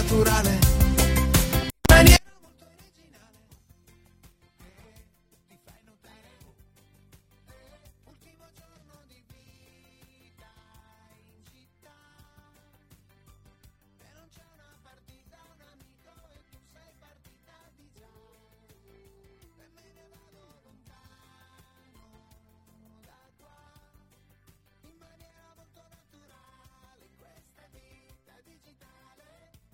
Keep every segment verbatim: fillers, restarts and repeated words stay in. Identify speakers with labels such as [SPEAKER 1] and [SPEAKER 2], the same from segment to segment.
[SPEAKER 1] naturale, in maniera molto originale, ti fai notare. Ultimo giorno di vita in città, e non c'è una partita, un amico e tu sei partita di già, e me ne vado lontano da qua, in maniera molto naturale, in questa vita digitale,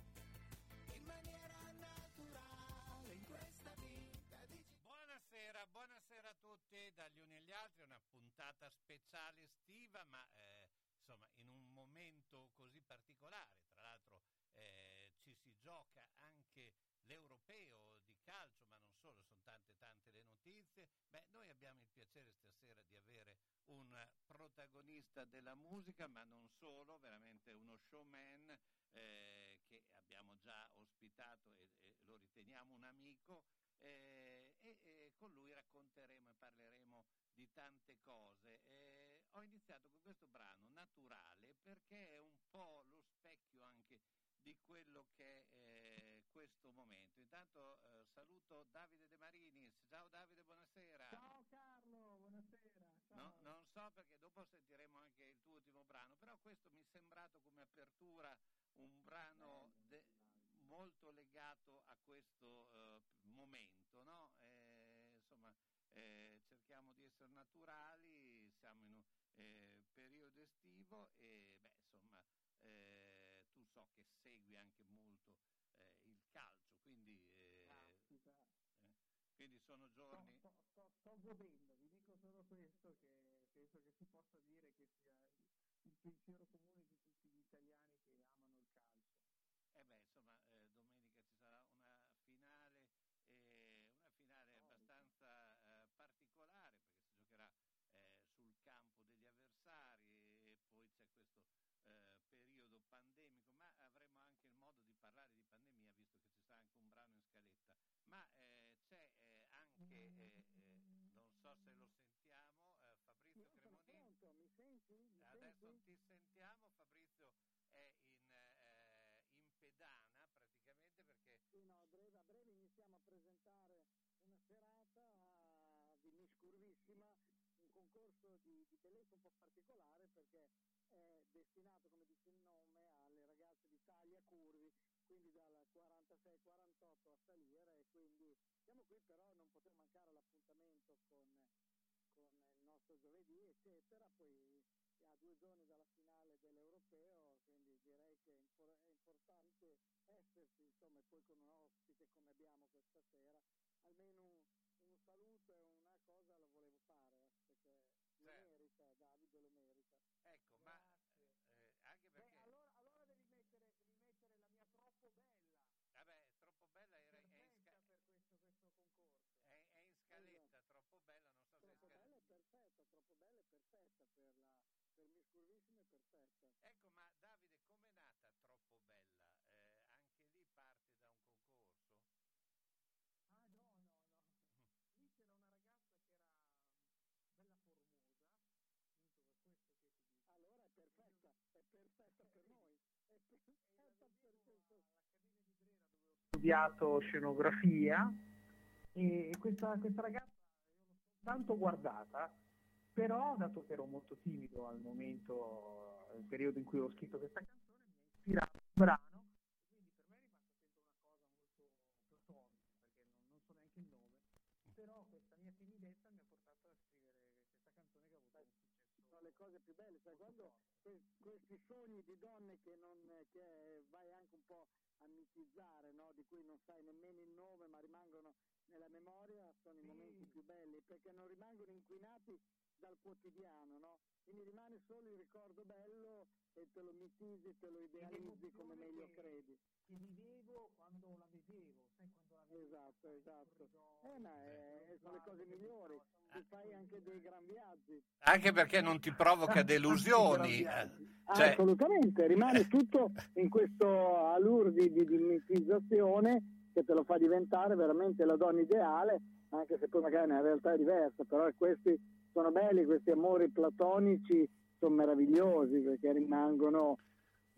[SPEAKER 1] in maniera naturale, in questa vita digitale.
[SPEAKER 2] Buonasera, buonasera a tutti dagli uni agli altri, una puntata speciale estiva, ma eh, insomma in un momento così particolare. Tra l'altro eh, ci si gioca anche l'europeo di calcio, ma non solo, sono tante tante le notizie. Beh, noi abbiamo il piacere stasera di avere un protagonista della musica, ma non solo, veramente uno showman eh, che abbiamo già ospitato e, e lo riteniamo un amico. Eh, e, e con lui racconteremo e parleremo di tante cose. Eh, ho iniziato con questo brano Naturale perché è un po' lo specchio anche di quello che è eh, questo momento. Intanto eh, saluto Davide De Marinis. Ciao Davide, buonasera.
[SPEAKER 3] Ciao Carlo, buonasera. Ciao.
[SPEAKER 2] No, non so perché dopo sentiremo anche il tuo ultimo brano, però questo mi è sembrato come apertura un brano de- molto legato a questo uh, momento, no? Eh, insomma, eh, cerchiamo di essere naturali, siamo in un eh, periodo estivo e beh, insomma, eh, tu so che segui anche molto eh, il calcio, quindi eh, eh, quindi sono giorni.
[SPEAKER 3] Sto, sto, sto, sto godendo, vi dico solo questo, che penso che si possa dire che sia il pensiero comune di tutti gli italiani che amano il calcio.
[SPEAKER 2] Eh beh, insomma, eh, domenica ci sarà una finale, eh, una finale oh, abbastanza eh, particolare perché si giocherà eh, sul campo degli avversari e poi c'è questo eh, periodo pandemico, ma avremo anche il modo di parlare di pandemia visto che ci sarà anche un brano in scaletta. Ma eh, c'è eh, anche, eh, eh, non so se lo sentiamo, eh, Fabrizio
[SPEAKER 3] Io
[SPEAKER 2] Cremonini.
[SPEAKER 3] Sono pronto, mi senti? Mi
[SPEAKER 2] Adesso
[SPEAKER 3] senti?
[SPEAKER 2] ti sentiamo, Fabrizio è in... Eh, in pedana praticamente perché
[SPEAKER 3] sì, no, a breve, a breve iniziamo a presentare una serata di Miss Curvissima, un concorso di, di bellezza un po' particolare perché è destinato, come dice il nome, alle ragazze di taglia curvi, quindi dal quarantasei quarantotto a salire, e quindi siamo qui, però non poteva mancare l'appuntamento con, con il nostro giovedì eccetera, poi a due giorni dalla finale dell'europeo, quindi direi che è, impor- è importante esserci, insomma, e poi con un ospite come abbiamo questa sera, almeno un, un saluto e una cosa la volevo fare, perché lo certo. merita, Davide lo merita.
[SPEAKER 2] Ecco, Grazie. ma eh, anche perché...
[SPEAKER 3] Beh, allora, allora devi mettere, devi mettere la mia troppo bella.
[SPEAKER 2] Vabbè, troppo bella era
[SPEAKER 3] è
[SPEAKER 2] in sca-
[SPEAKER 3] per questo, questo concorso.
[SPEAKER 2] È, è in scaletta, esatto. Troppo bella, non so
[SPEAKER 3] troppo
[SPEAKER 2] se è in scaletta.
[SPEAKER 3] Bella è perfetta, troppo bella è perfetta per la per Miss Curvissima è perfetta.
[SPEAKER 2] Ecco, ma Davide, com'è nata Troppo Bella? Eh, anche lì parte da un concorso?
[SPEAKER 3] Ah no, no, no. Lì c'era una ragazza che era bella formosa, appunto per questo che ti dico. Allora è perfetta, è perfetta per noi. È perfetta per questo. All'Accademia di Brera dove ho studiato scenografia, e questa, questa ragazza io l'ho soltanto guardata, però dato che ero molto timido al momento, nel periodo in cui ho scritto questa canzone, mi ha ispirato un brano, e quindi per me è rimasta sempre una cosa molto platonica, perché non, non so neanche il nome, però questa mia timidezza mi ha portato a scrivere questa canzone che ha avuto un successo. Sono le cose più belle, sai, quando que- questi sogni di donne che, non, che vai anche un po' a mitizzare, no? Di cui non sai nemmeno il nome, ma rimangono nella memoria, sono sì. I momenti più belli, perché non rimangono inquinati dal quotidiano, no? Quindi rimane solo il ricordo bello e te lo mitizzi, te lo idealizzi come meglio che, credi. Che vivevo quando la vedevo, sai, quando la vedevo. Esatto, esatto. Eh, ma è, sono le cose migliori, ti fai anche dei gran viaggi.
[SPEAKER 2] Anche perché non ti provoca delusioni.
[SPEAKER 3] Cioè... Assolutamente, rimane tutto in questo allure di, di, di mitizzazione che te lo fa diventare veramente la donna ideale, anche se poi magari nella realtà è diversa, però questi sono belli, questi amori platonici sono meravigliosi perché rimangono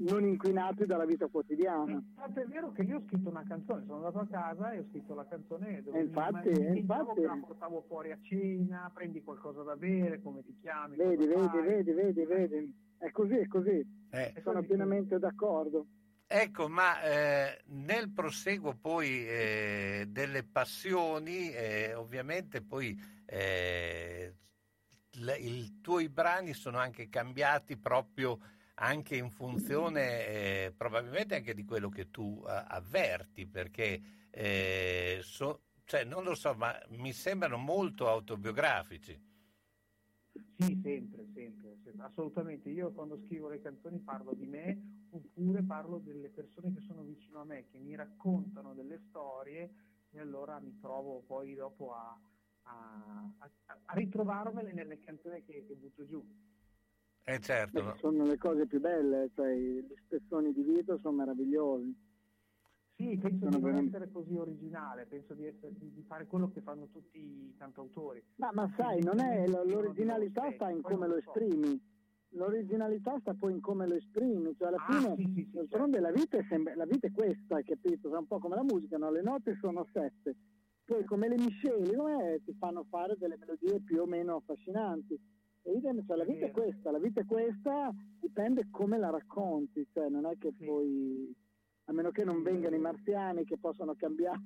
[SPEAKER 3] non inquinati dalla vita quotidiana. Tanto è vero che io ho scritto una canzone, sono andato a casa e ho scritto la canzone dove e infatti, mi, mi infatti la portavo fuori a cena, prendi qualcosa da bere, come ti chiami, vedi, vedi, fai. vedi, vedi, vedi, è così, è così, eh. Sono pienamente d'accordo.
[SPEAKER 2] Ecco, ma eh, nel proseguo poi eh, delle passioni, eh, ovviamente poi eh, l- i tuoi brani sono anche cambiati proprio anche in funzione eh, probabilmente anche di quello che tu eh, avverti, perché eh, so, cioè, non lo so, ma mi sembrano molto autobiografici.
[SPEAKER 3] Sì, sempre, sempre, sempre, assolutamente. Io quando scrivo le canzoni parlo di me oppure parlo delle persone che sono vicino a me, che mi raccontano delle storie e allora mi trovo poi dopo a, a, a, a ritrovarmele nelle canzoni che, che butto giù.
[SPEAKER 2] Eh certo. Beh,
[SPEAKER 3] sono le cose più belle, cioè gli spezzoni di vita sono meravigliosi. Sì, penso sono di non veramente... essere così originale, penso di, essere, di, di fare quello che fanno tutti i cantautori. Ma, ma sai, non è, l'originalità sta in come lo esprimi, l'originalità sta poi in come lo esprimi, cioè alla ah, fine, sì, sì, sì, d'altronde certo. la, vita è sempre, la vita è questa, hai capito? È un po' come la musica, no? Le note sono sette, poi come le misceli, com'è? Ti fanno fare delle melodie più o meno affascinanti. E idem, cioè, la vita è questa, la vita è questa, dipende come la racconti, cioè non è che sì. poi... a meno che non vengano i marziani che possono cambiare,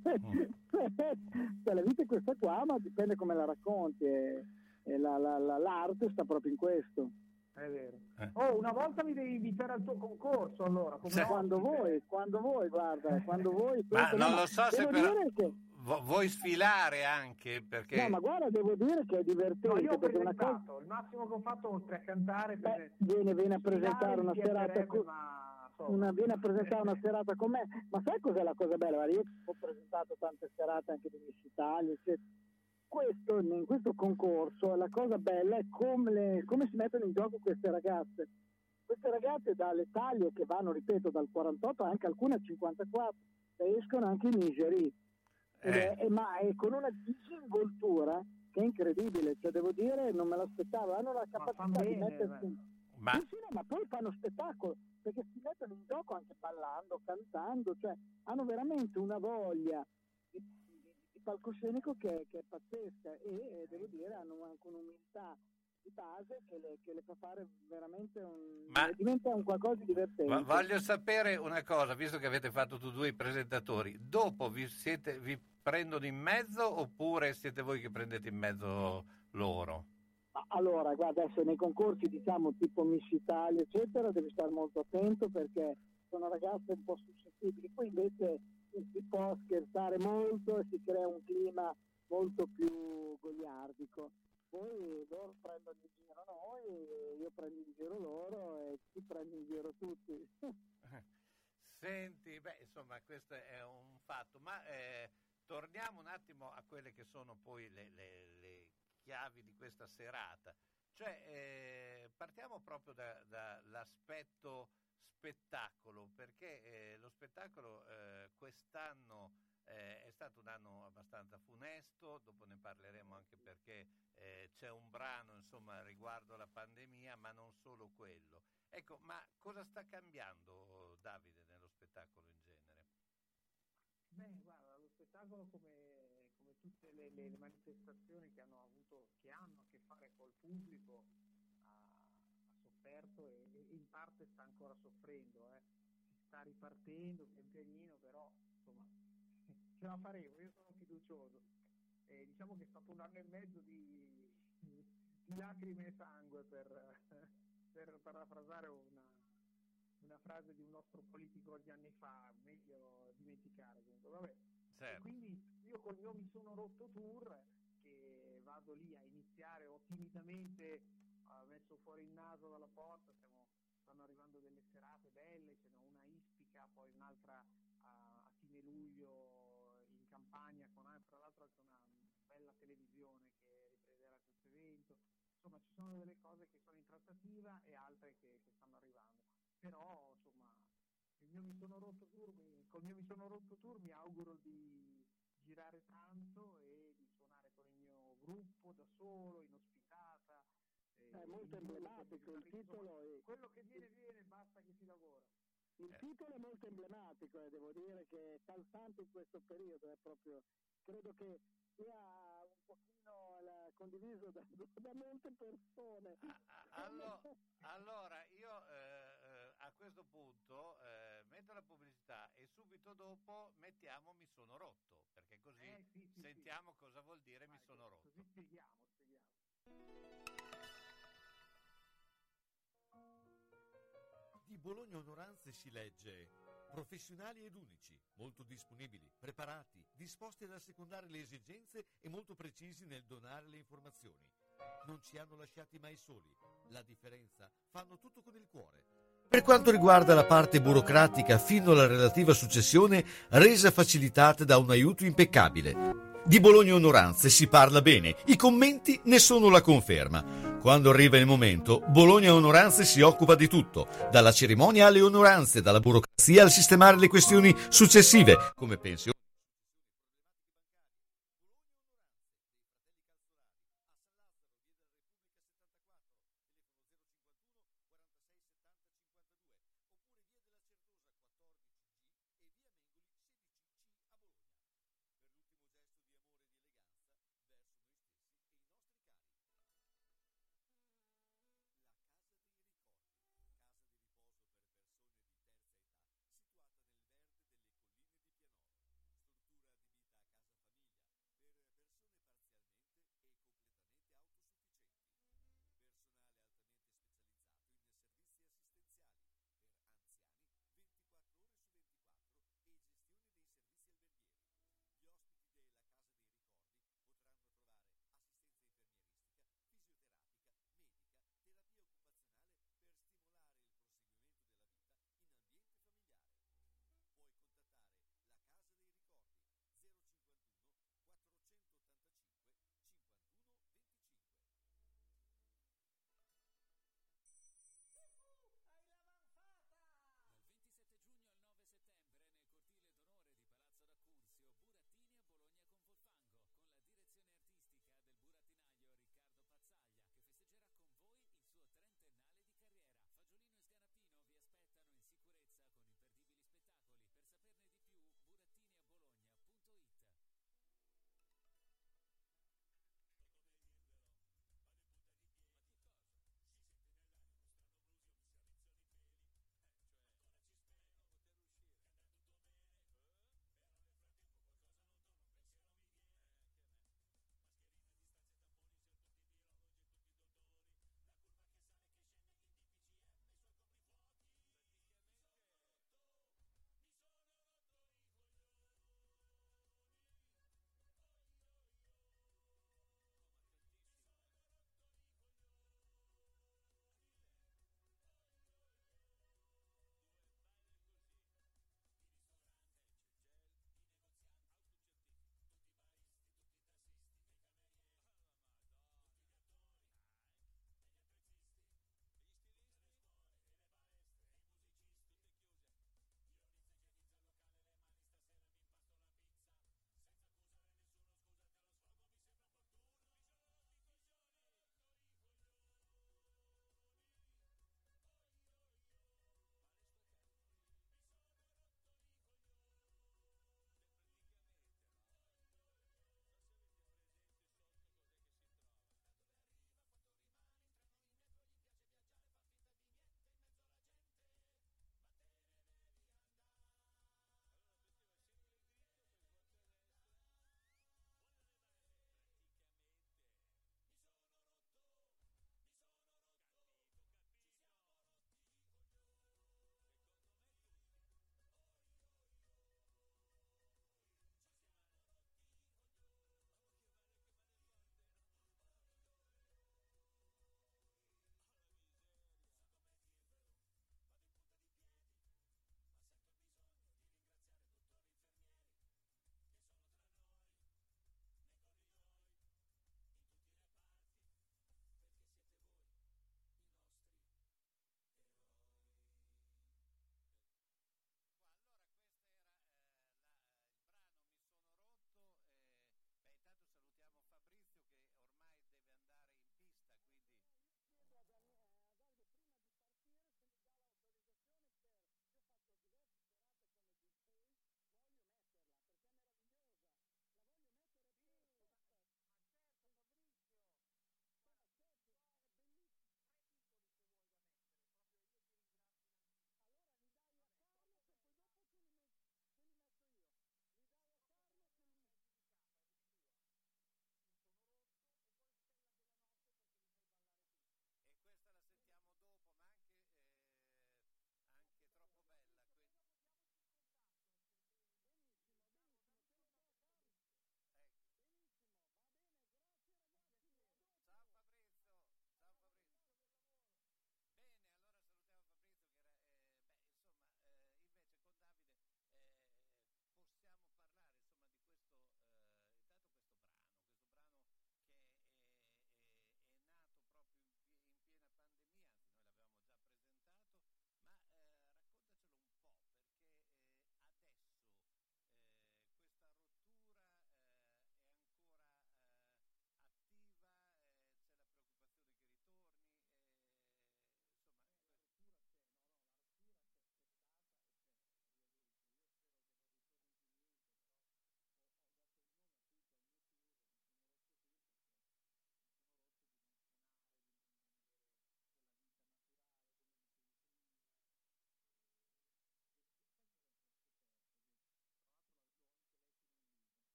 [SPEAKER 3] cioè, la vita è questa qua, ma dipende come la racconti e, e la, la, la, l'arte sta proprio in questo. È vero. Eh. Oh, una volta mi devi invitare al tuo concorso, allora. Come cioè, quando vuoi, quando vuoi, guarda, quando vuoi.
[SPEAKER 2] Ma non
[SPEAKER 3] no,
[SPEAKER 2] lo so se però... Che... vuoi sfilare anche, perché...
[SPEAKER 3] No, ma guarda, devo dire che è divertente. No, io ho presentato, una cosa... il massimo che ho fatto oltre a cantare... Beh, viene, viene a presentare una serata... Co... Ma... Una, viene a presentare una serata con me, ma sai cos'è la cosa bella? Io ho presentato tante serate anche di Miss Italia, eccetera. Questo, in questo concorso la cosa bella è come, le, come si mettono in gioco queste ragazze. Queste ragazze dalle taglie che vanno, ripeto, dal quarantotto anche alcune a cinquantaquattro, escono anche in Nigeria, eh. è, ma è con una disinvoltura che è incredibile, cioè devo dire, non me l'aspettavo, hanno la capacità di mettersi... Ma... Sì, sì, no, ma poi fanno spettacolo, perché si mettono in gioco anche ballando, cantando, cioè hanno veramente una voglia di, di, di palcoscenico che, che è pazzesca e, e devo dire hanno anche un'umiltà di base che le, che le fa fare veramente un... Ma... diventa un qualcosa di divertente.
[SPEAKER 2] Ma voglio sapere una cosa, visto che avete fatto tu due i presentatori, dopo vi, siete, vi prendono in mezzo oppure siete voi che prendete in mezzo loro?
[SPEAKER 3] Allora, guarda, adesso nei concorsi, diciamo, tipo Miss Italia, eccetera, devi stare molto attento perché sono ragazze un po' suscettibili. Qui invece si può scherzare molto e si crea un clima molto più goliardico. Poi loro prendono in giro noi, io prendo in giro loro e ci prendo in giro tutti.
[SPEAKER 2] Senti, beh, insomma, questo è un fatto, ma eh, torniamo un attimo a quelle che sono poi le... le, le... chiavi di questa serata, cioè eh, partiamo proprio da, dall'aspetto spettacolo, perché eh, lo spettacolo eh, quest'anno eh, è stato un anno abbastanza funesto, dopo ne parleremo anche perché eh, c'è un brano insomma riguardo la pandemia, ma non solo quello. Ecco, ma cosa sta cambiando, Davide, nello spettacolo in genere?
[SPEAKER 3] Beh, guarda, lo spettacolo come tutte le, le, le manifestazioni che hanno avuto, che hanno a che fare col pubblico, ha, ha sofferto e, e in parte sta ancora soffrendo, eh. Si sta ripartendo pian pianino, però insomma ce la faremo, io sono fiducioso. E diciamo che è stato un anno e mezzo di, di, di lacrime e sangue per, per parafrasare una, una frase di un nostro politico di anni fa, meglio dimenticare comunque, vabbè.
[SPEAKER 2] Certo.
[SPEAKER 3] E quindi io col mio Mi sono rotto tour, che vado lì a iniziare, ho timidamente uh, messo fuori il naso dalla porta, stiamo, stanno arrivando delle serate belle, ce n'è una a Ispica, poi un'altra uh, a fine luglio in Campania, con tra l'altro anche una bella televisione che riprenderà questo evento, insomma ci sono delle cose che sono in trattativa e altre che, che stanno arrivando, però insomma il mio Mi sono rotto tour, mi, col mio Mi sono rotto tour mi auguro di girare tanto e di suonare con il mio gruppo da solo, in ospitata. È molto emblematico il titolo. E... quello che viene viene, basta che si lavora. Il
[SPEAKER 2] Eh.
[SPEAKER 3] titolo è molto emblematico e devo dire che è calzante in questo periodo, è proprio, credo che sia un pochino la- condiviso da, da molte persone.
[SPEAKER 2] Allo- allora, io eh, eh, a questo punto eh, metto la pubblicità e subito dopo mettiamo mi sono rotto, perché così
[SPEAKER 3] Eh, sì, sì,
[SPEAKER 2] sentiamo cosa vuol dire mi
[SPEAKER 3] Vai,
[SPEAKER 2] sono rotto.
[SPEAKER 3] Così spieghiamo, spieghiamo.
[SPEAKER 4] Di Bologna Onoranze si legge: professionali ed unici, molto disponibili, preparati, disposti ad assecondare le esigenze e molto precisi nel donare le informazioni. Non ci hanno lasciati mai soli. La differenza, fanno tutto con il cuore. Per quanto riguarda la parte burocratica fino alla relativa successione, resa facilitata da un aiuto impeccabile. Di Bologna Onoranze si parla bene, i commenti ne sono la conferma. Quando arriva il momento, Bologna Onoranze si occupa di tutto, dalla cerimonia alle onoranze, dalla burocrazia al sistemare le questioni successive, come pensioni.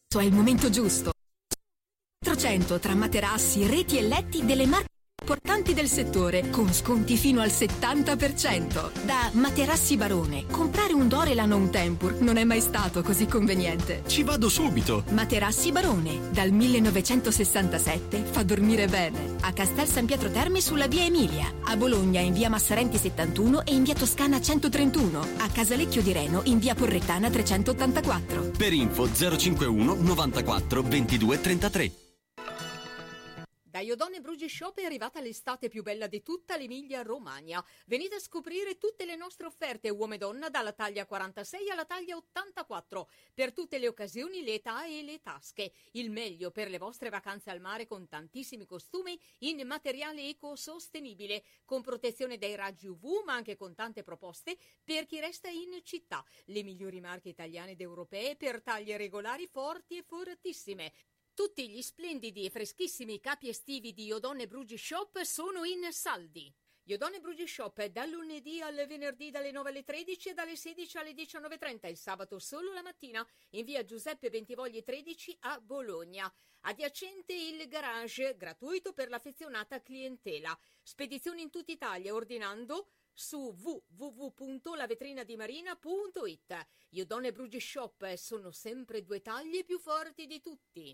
[SPEAKER 5] è il momento giusto. quattrocento tra materassi, reti e letti delle marche importanti del settore, con sconti fino al settanta per cento. Da Materassi Barone, comprare un Dorelan o un Tempur non è mai stato così conveniente.
[SPEAKER 6] Ci vado subito!
[SPEAKER 5] Materassi Barone, dal millenovecentosessantasette, fa dormire bene. A Castel San Pietro Terme sulla via Emilia, a Bologna in via Massarenti settantuno e in via Toscana centotrentuno, a Casalecchio di Reno in via Porrettana trecentottantaquattro.
[SPEAKER 6] Per info zero cinquantuno novantaquattro ventidue trentatré.
[SPEAKER 7] Da Iodone Brugi Shop è arrivata l'estate più bella di tutta l'Emilia-Romagna. Venite a scoprire tutte le nostre offerte uomo e donna dalla taglia quarantasei alla taglia ottantaquattro. Per tutte le occasioni, le età e le tasche. Il meglio per le vostre vacanze al mare con tantissimi costumi in materiale ecosostenibile, con protezione dai raggi U V, ma anche con tante proposte per chi resta in città. Le migliori marche italiane ed europee per taglie regolari forti e fortissime. Tutti gli splendidi e freschissimi capi estivi di Iodone Brugi Shop sono in saldi. Iodone Brugi Shop è dal lunedì al venerdì dalle nove alle tredici e dalle sedici alle diciannove e trenta, il sabato solo la mattina, in via Giuseppe Bentivogli tredici a Bologna. Adiacente il garage, gratuito per l'affezionata clientela. Spedizioni in tutta Italia ordinando su w w w punto la vetrina di marina punto i t. Iodone Brugi Shop sono sempre due taglie più forti di tutti.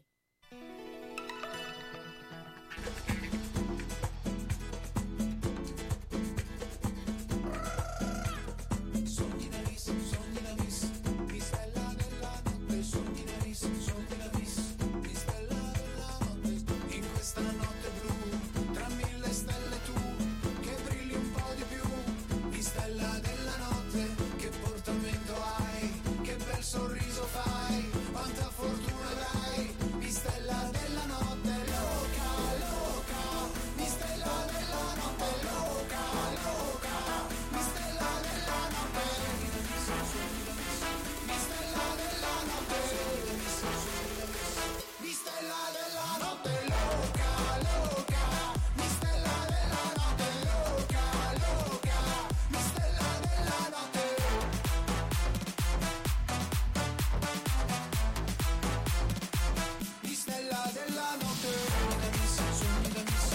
[SPEAKER 1] Sogni la vis, sogni la vis, mi stella della notte, sogni la vis, sogni la vis, mi stella della notte, in questa notte blu, tra mille stelle tu, che brilli un po' di più, mi stella della notte, che portamento hai, che bel sorriso fai, quanta fortuna dai, mi stella della notte, loca, loca, mi stella della notte, loca, loca, mi stella della notte, mi stella della notte, mi stella della notte, loca, loca, mi stella della notte, loca, loca, mi stella della notte. Mi stella della notte, sogni da miss, sogni da miss,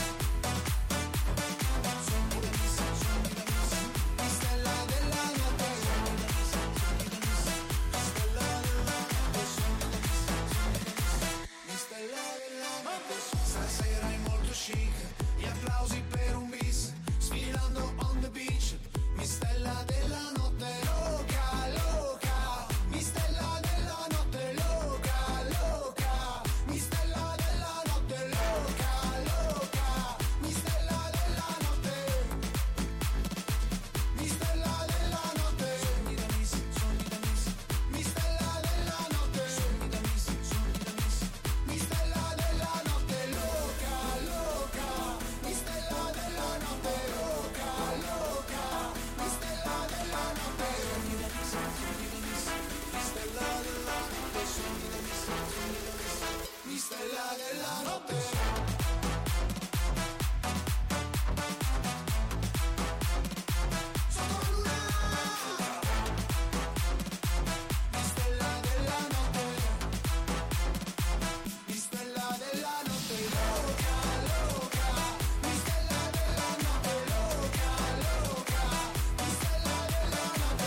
[SPEAKER 1] sogni da miss, sogni da miss, mi stella della notte, sogni da miss, sogni da miss, mi stella della notte, sogni da miss, sogni da miss, mi stella della notte. Stasera è molto chic, gli applausi per un bis, sfilando on the beach, mi stella della notte, loca, loca, mi stella della notte, loca, loca, mi stella della notte, loca, loca, mi stella della notte, mi stella della notte, sogni da miss, sogni da miss, mi stella della notte, sogni da miss, sogni da miss, mi stella della notte, loca, loca, mi stella della notte, loca, loca, mi stella della notte, sogni da miss, sogni da miss, mi stella della notte, sogni da miss, sogni da miss, mi stella della notte. Sotto la luna, mi stella della notte, mi stella della notte, loca, loca, mi stella della notte, loca, loca, mi stella della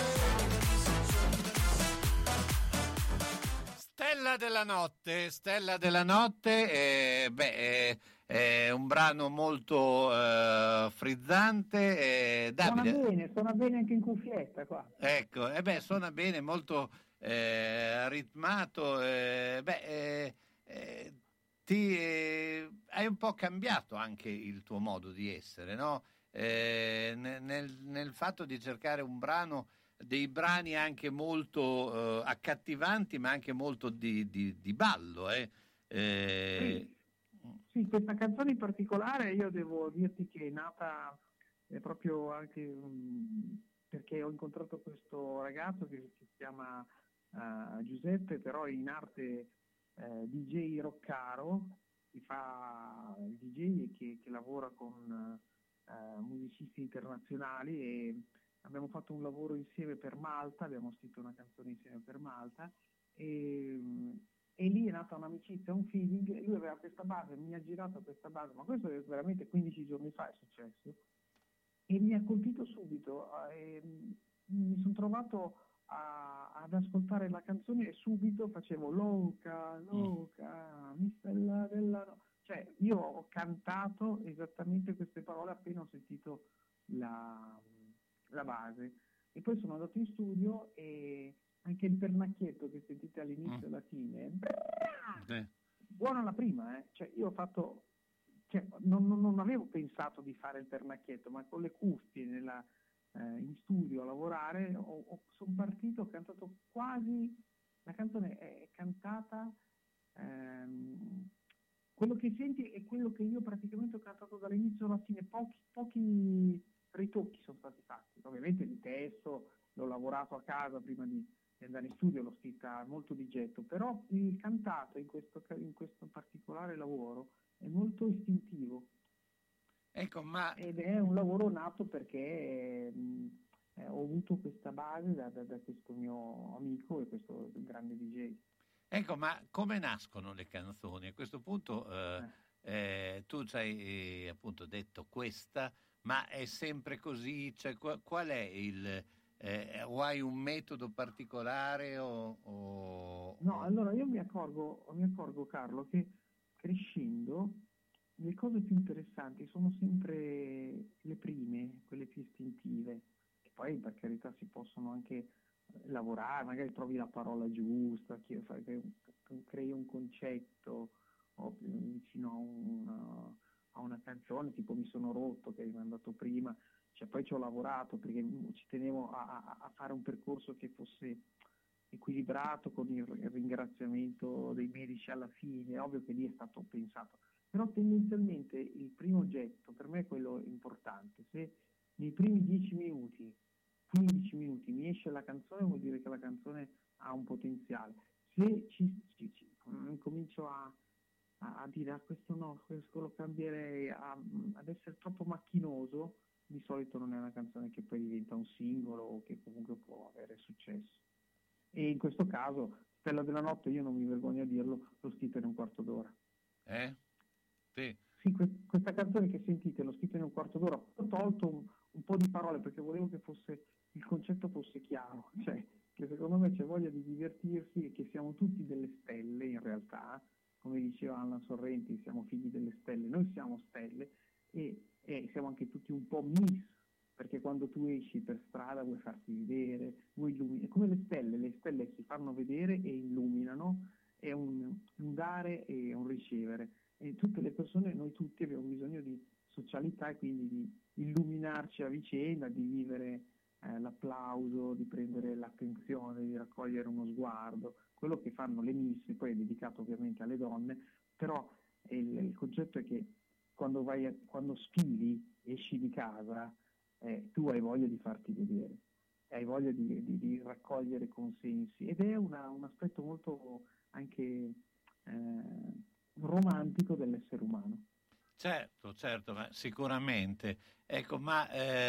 [SPEAKER 1] notte.
[SPEAKER 2] Stella della notte, Stella della notte, eh, beh, eh, è un brano molto eh, frizzante. eh, Davide,
[SPEAKER 3] Suona bene, suona bene anche in cuffietta qua.
[SPEAKER 2] ecco, eh beh, suona bene, molto eh, ritmato. eh, beh, eh, eh, ti, eh, hai un po' cambiato anche il tuo modo di essere, no? Eh, ne- nel, nel fatto di cercare un brano, dei brani anche molto eh, accattivanti, ma anche molto di, di- di ballo, eh. Eh,
[SPEAKER 3] Sì, questa canzone in particolare io devo dirti che è nata eh, proprio anche mm, perché ho incontrato questo ragazzo che si chiama eh, Giuseppe, però in arte eh, D J roccaro, che fa il D J e che, che lavora con eh, musicisti internazionali, e abbiamo fatto un lavoro insieme per Malta, abbiamo scritto una canzone insieme per Malta, e, e lì è nata un'amicizia, un feeling. Lui aveva questa base, mi ha girato questa base, ma questo è veramente quindici giorni fa è successo, e mi ha colpito subito, eh, mi sono trovato a, ad ascoltare la canzone e subito facevo loca, loca, mi stella della... no-". Cioè io ho cantato esattamente queste parole appena ho sentito la, la base, e poi sono andato in studio e anche il pernacchietto che sentite all'inizio e alla fine,
[SPEAKER 2] Sì.
[SPEAKER 3] buona la prima, eh? Cioè io ho fatto, cioè, non, non- non avevo pensato di fare il pernacchietto, ma con le cuffie nella, eh, in studio a lavorare, sono partito, ho cantato quasi, la canzone è, è cantata, ehm, quello che senti è quello che io praticamente ho cantato dall'inizio alla fine, pochi, pochi ritocchi sono stati fatti, ovviamente il testo l'ho lavorato a casa prima di di andare in studio, l'ho scritta molto di getto, però il cantato in questo, ca- in questo particolare lavoro è molto istintivo.
[SPEAKER 2] Ecco, ma
[SPEAKER 3] Ed è un lavoro nato perché mh, eh, ho avuto questa base da, da- da questo mio amico e questo grande D J.
[SPEAKER 2] Ecco, ma come nascono le canzoni? A questo punto eh,
[SPEAKER 3] Eh.
[SPEAKER 2] eh, tu ci hai eh, appunto detto questa, ma è sempre così? Cioè, qua- qual è il... eh, o hai un metodo particolare o... o-
[SPEAKER 3] No,
[SPEAKER 2] o-
[SPEAKER 3] allora io mi accorgo, mi accorgo Carlo, che crescendo le cose più interessanti sono sempre le prime, quelle più istintive, che poi per carità si possono anche eh, lavorare, magari trovi la parola giusta, chi- fai- crei un crei un concetto o più vicino a una, a una canzone, tipo Mi sono rotto che hai mandato prima, cioè poi ci ho lavorato perché ci tenevo a, a- a fare un percorso che fosse equilibrato con il il ringraziamento dei medici alla fine, è ovvio che lì è stato pensato, però tendenzialmente il primo getto per me è quello importante. Se nei primi dieci minuti, quindici minuti mi esce la canzone, vuol dire che la canzone ha un potenziale. Se ci, ci- ci- mm, comincio a, a- a dire ah, questo no, questo lo cambierei, a- ad essere troppo macchinoso, di solito non è una canzone che poi diventa un singolo o che comunque può avere successo. E in questo caso, Stella della Notte, io non mi vergogno a dirlo, l'ho scritta in un quarto d'ora.
[SPEAKER 2] eh? Sì.
[SPEAKER 3] Sì, que- questa canzone che sentite l'ho scritta in un quarto d'ora, ho tolto un, un po' di parole perché volevo che fosse, il concetto fosse chiaro, cioè che secondo me c'è voglia di divertirsi e che siamo tutti delle stelle in realtà, come diceva Anna Sorrenti, siamo figli delle stelle, noi siamo stelle e, e siamo anche tutti un po' miss, perché quando tu esci per strada vuoi farti vedere, vuoi illumini- è come le stelle, le stelle si fanno vedere e illuminano, è un, un dare e un ricevere. E tutte le persone, noi tutti abbiamo bisogno di socialità e quindi di illuminarci a vicenda, di vivere eh, l'applauso, di prendere l'attenzione, di raccogliere uno sguardo, quello che fanno le misse, poi è dedicato ovviamente alle donne, però il, il concetto è che quando, vai a, quando sfili, esci di casa, eh, tu hai voglia di farti vedere, hai voglia di, di- di raccogliere consensi ed è una- un aspetto molto anche eh, romantico dell'essere umano.
[SPEAKER 2] Certo, certo, ma sicuramente. Ecco, ma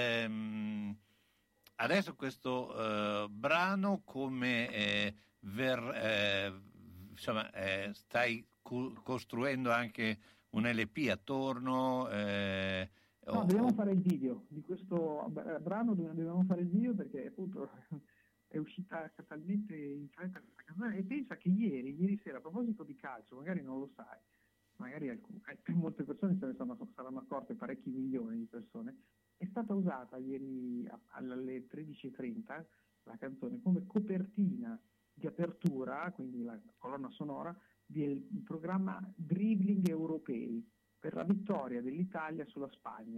[SPEAKER 2] ehm, adesso questo eh, brano come eh, ver- eh, insomma, eh, stai cu- costruendo anche un L P attorno? eh,
[SPEAKER 3] No,
[SPEAKER 2] o-
[SPEAKER 3] dobbiamo
[SPEAKER 2] o-
[SPEAKER 3] fare il video di questo b- brano, do- dobbiamo fare il video perché appunto è uscita talmente in fretta questa canzone e pensa che ieri, ieri sera, a proposito di calcio, magari non lo sai, magari alcun- eh, molte persone se ne sono- saranno accorte, parecchi milioni di persone, è stata usata ieri a- alle tredici e trenta la canzone come copertina di apertura, quindi la colonna sonora, del programma Dribbling Europei per la vittoria dell'Italia sulla Spagna.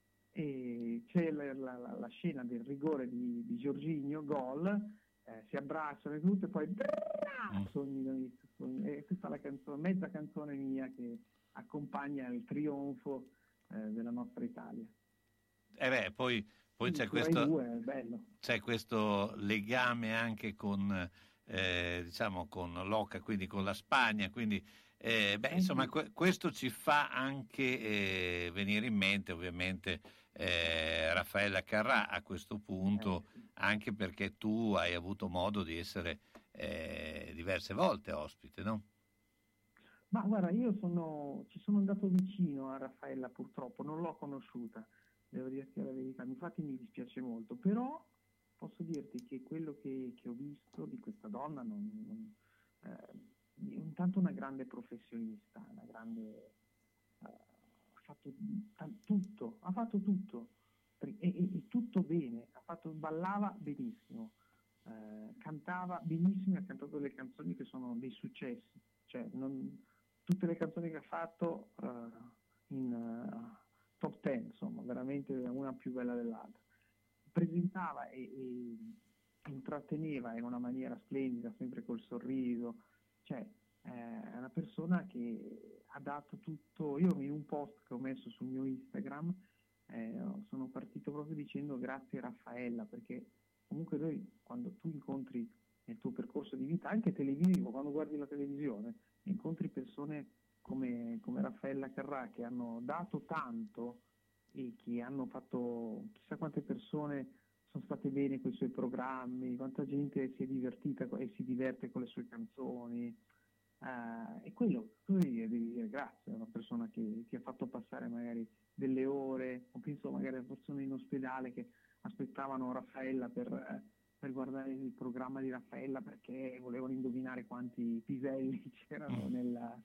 [SPEAKER 3] E c'è la, la- la- la scena del rigore di, di Jorginho, gol, eh, si abbracciano e tutto, e poi
[SPEAKER 2] Mm.
[SPEAKER 3] sogni, noi, sogni, è tutta la canzone, mezza canzone mia che accompagna il trionfo eh, della nostra Italia.
[SPEAKER 2] eh beh, poi, poi
[SPEAKER 3] Sì,
[SPEAKER 2] c'è
[SPEAKER 3] su Rai
[SPEAKER 2] questo,
[SPEAKER 3] due è bello.
[SPEAKER 2] c'è questo legame anche con, eh, diciamo, con l'Oca, quindi con la Spagna, quindi eh, beh,
[SPEAKER 3] Eh
[SPEAKER 2] insomma,
[SPEAKER 3] sì.
[SPEAKER 2] que- questo ci fa anche eh, venire in mente ovviamente eh, Raffaella Carrà a questo punto,
[SPEAKER 3] Eh, sì.
[SPEAKER 2] anche perché tu hai avuto modo di essere eh, diverse volte ospite, no?
[SPEAKER 3] Ma guarda, io sono, ci sono andato vicino a Raffaella, purtroppo, non l'ho conosciuta, devo dirti la verità, infatti mi dispiace molto, però posso dirti che quello che, che ho visto di questa donna, non, non, eh, intanto una grande professionista, una grande, eh, ha fatto t- tutto, ha fatto tutto, e, e, e tutto bene, ha fatto, ballava benissimo, eh, cantava benissimo, ha cantato delle canzoni che sono dei successi, cioè non... tutte le canzoni che ha fatto uh, in uh, top ten, insomma, veramente una più bella dell'altra. Presentava e, e intratteneva in una maniera splendida, sempre col sorriso, cioè eh, è una persona che ha dato tutto. Io in un post che ho messo sul mio Instagram eh, sono partito proprio dicendo grazie Raffaella, perché comunque noi, quando tu incontri nel tuo percorso di vita, anche televisivo, quando guardi la televisione, incontri persone come, come Raffaella Carrà, che hanno dato tanto e che hanno fatto, chissà quante persone sono state bene con i suoi programmi, quanta gente si è divertita e si diverte con le sue canzoni, eh, e quello tu devi dire, devi dire grazie a una persona che ti ha fatto passare magari delle ore, o penso magari a persone in ospedale che aspettavano Raffaella per... per guardare il programma di Raffaella perché volevano indovinare quanti piselli c'erano nel,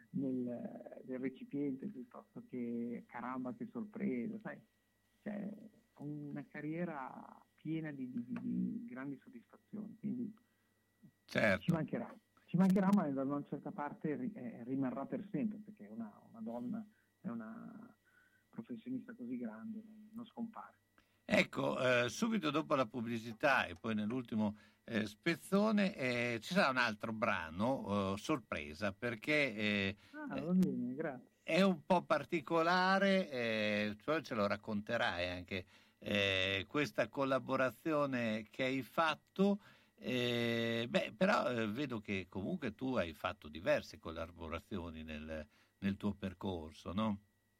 [SPEAKER 3] nel, nel recipiente, piuttosto che caramba che sorpresa, sai, cioè una carriera piena di, di, di grandi soddisfazioni, quindi
[SPEAKER 2] certo.
[SPEAKER 3] ci mancherà, ci mancherà, ma da una certa parte eh, rimarrà per sempre, perché una, una donna è una professionista così grande, non scompare.
[SPEAKER 2] Ecco, eh, subito dopo la pubblicità e poi nell'ultimo eh, spezzone eh, ci sarà un altro brano eh, sorpresa, perché eh,
[SPEAKER 3] ah, va bene, grazie.
[SPEAKER 2] È un po' particolare, eh, cioè ce lo racconterai anche eh, questa collaborazione che hai fatto, eh, beh, però eh, vedo che comunque tu hai fatto diverse collaborazioni nel, nel tuo percorso, no?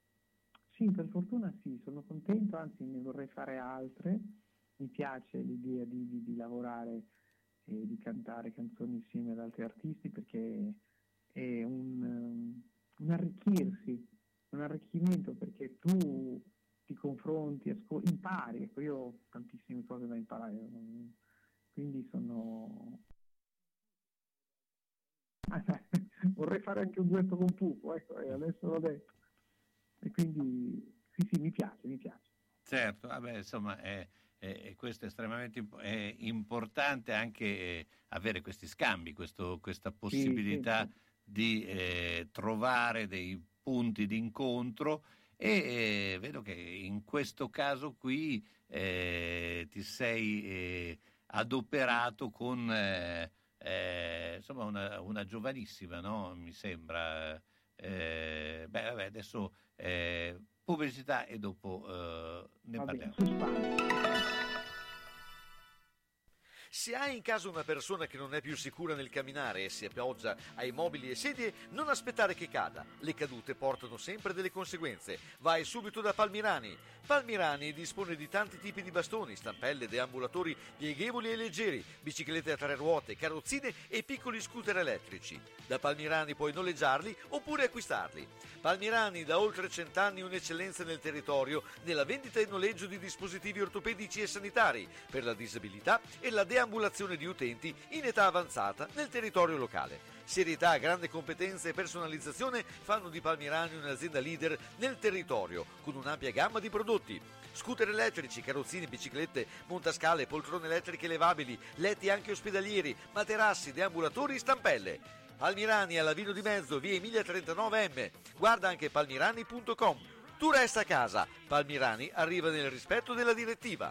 [SPEAKER 3] Sì, per fortuna sì, sono contento, anzi ne vorrei fare altre. Mi piace l'idea di, di, di lavorare e di cantare canzoni insieme ad altri artisti, perché è un, um, un arricchirsi, un arricchimento, perché tu ti confronti, ascol- impari. Ecco, io ho tantissime cose da imparare, quindi sono... vorrei fare anche un duetto con Pupo, ecco, e adesso l'ho detto. E quindi sì, sì, mi piace, mi piace.
[SPEAKER 2] Certo, vabbè, insomma, è, è, è questo è estremamente imp- è importante anche eh, avere questi scambi, questo, questa possibilità
[SPEAKER 3] sì, sì, sì.
[SPEAKER 2] di eh, trovare dei punti di incontro e eh, vedo che in questo caso qui eh, ti sei eh, adoperato con eh, eh, insomma una, una giovanissima, no? Mi sembra. Eh, beh, vabbè, adesso eh, pubblicità e dopo eh, ne
[SPEAKER 3] Va
[SPEAKER 2] parliamo.
[SPEAKER 3] bene.
[SPEAKER 4] Se hai in casa una persona che non è più sicura nel camminare e si appoggia ai mobili e sedie, non aspettare che cada. Le cadute portano sempre delle conseguenze. Vai subito da Palmirani. Palmirani dispone di tanti tipi di bastoni, stampelle, deambulatori pieghevoli e leggeri, biciclette a tre ruote, carrozzine e piccoli scooter elettrici. Da Palmirani puoi noleggiarli oppure acquistarli. Palmirani, da oltre cent'anni un'eccellenza nel territorio nella vendita e noleggio di dispositivi ortopedici e sanitari per la disabilità e la deambulazione di utenti in età avanzata nel territorio locale. Serietà, grande competenza e personalizzazione fanno di Palmirani un'azienda leader nel territorio, con un'ampia gamma di prodotti. Scooter elettrici, carrozzine, biciclette, montascale, poltrone elettriche levabili, letti anche ospedalieri, materassi, deambulatori, stampelle. Palmirani alla Vino di Mezzo, via Emilia trentanove emme. Guarda anche palmirani punto com. Tu resta a casa. Palmirani arriva nel rispetto della direttiva.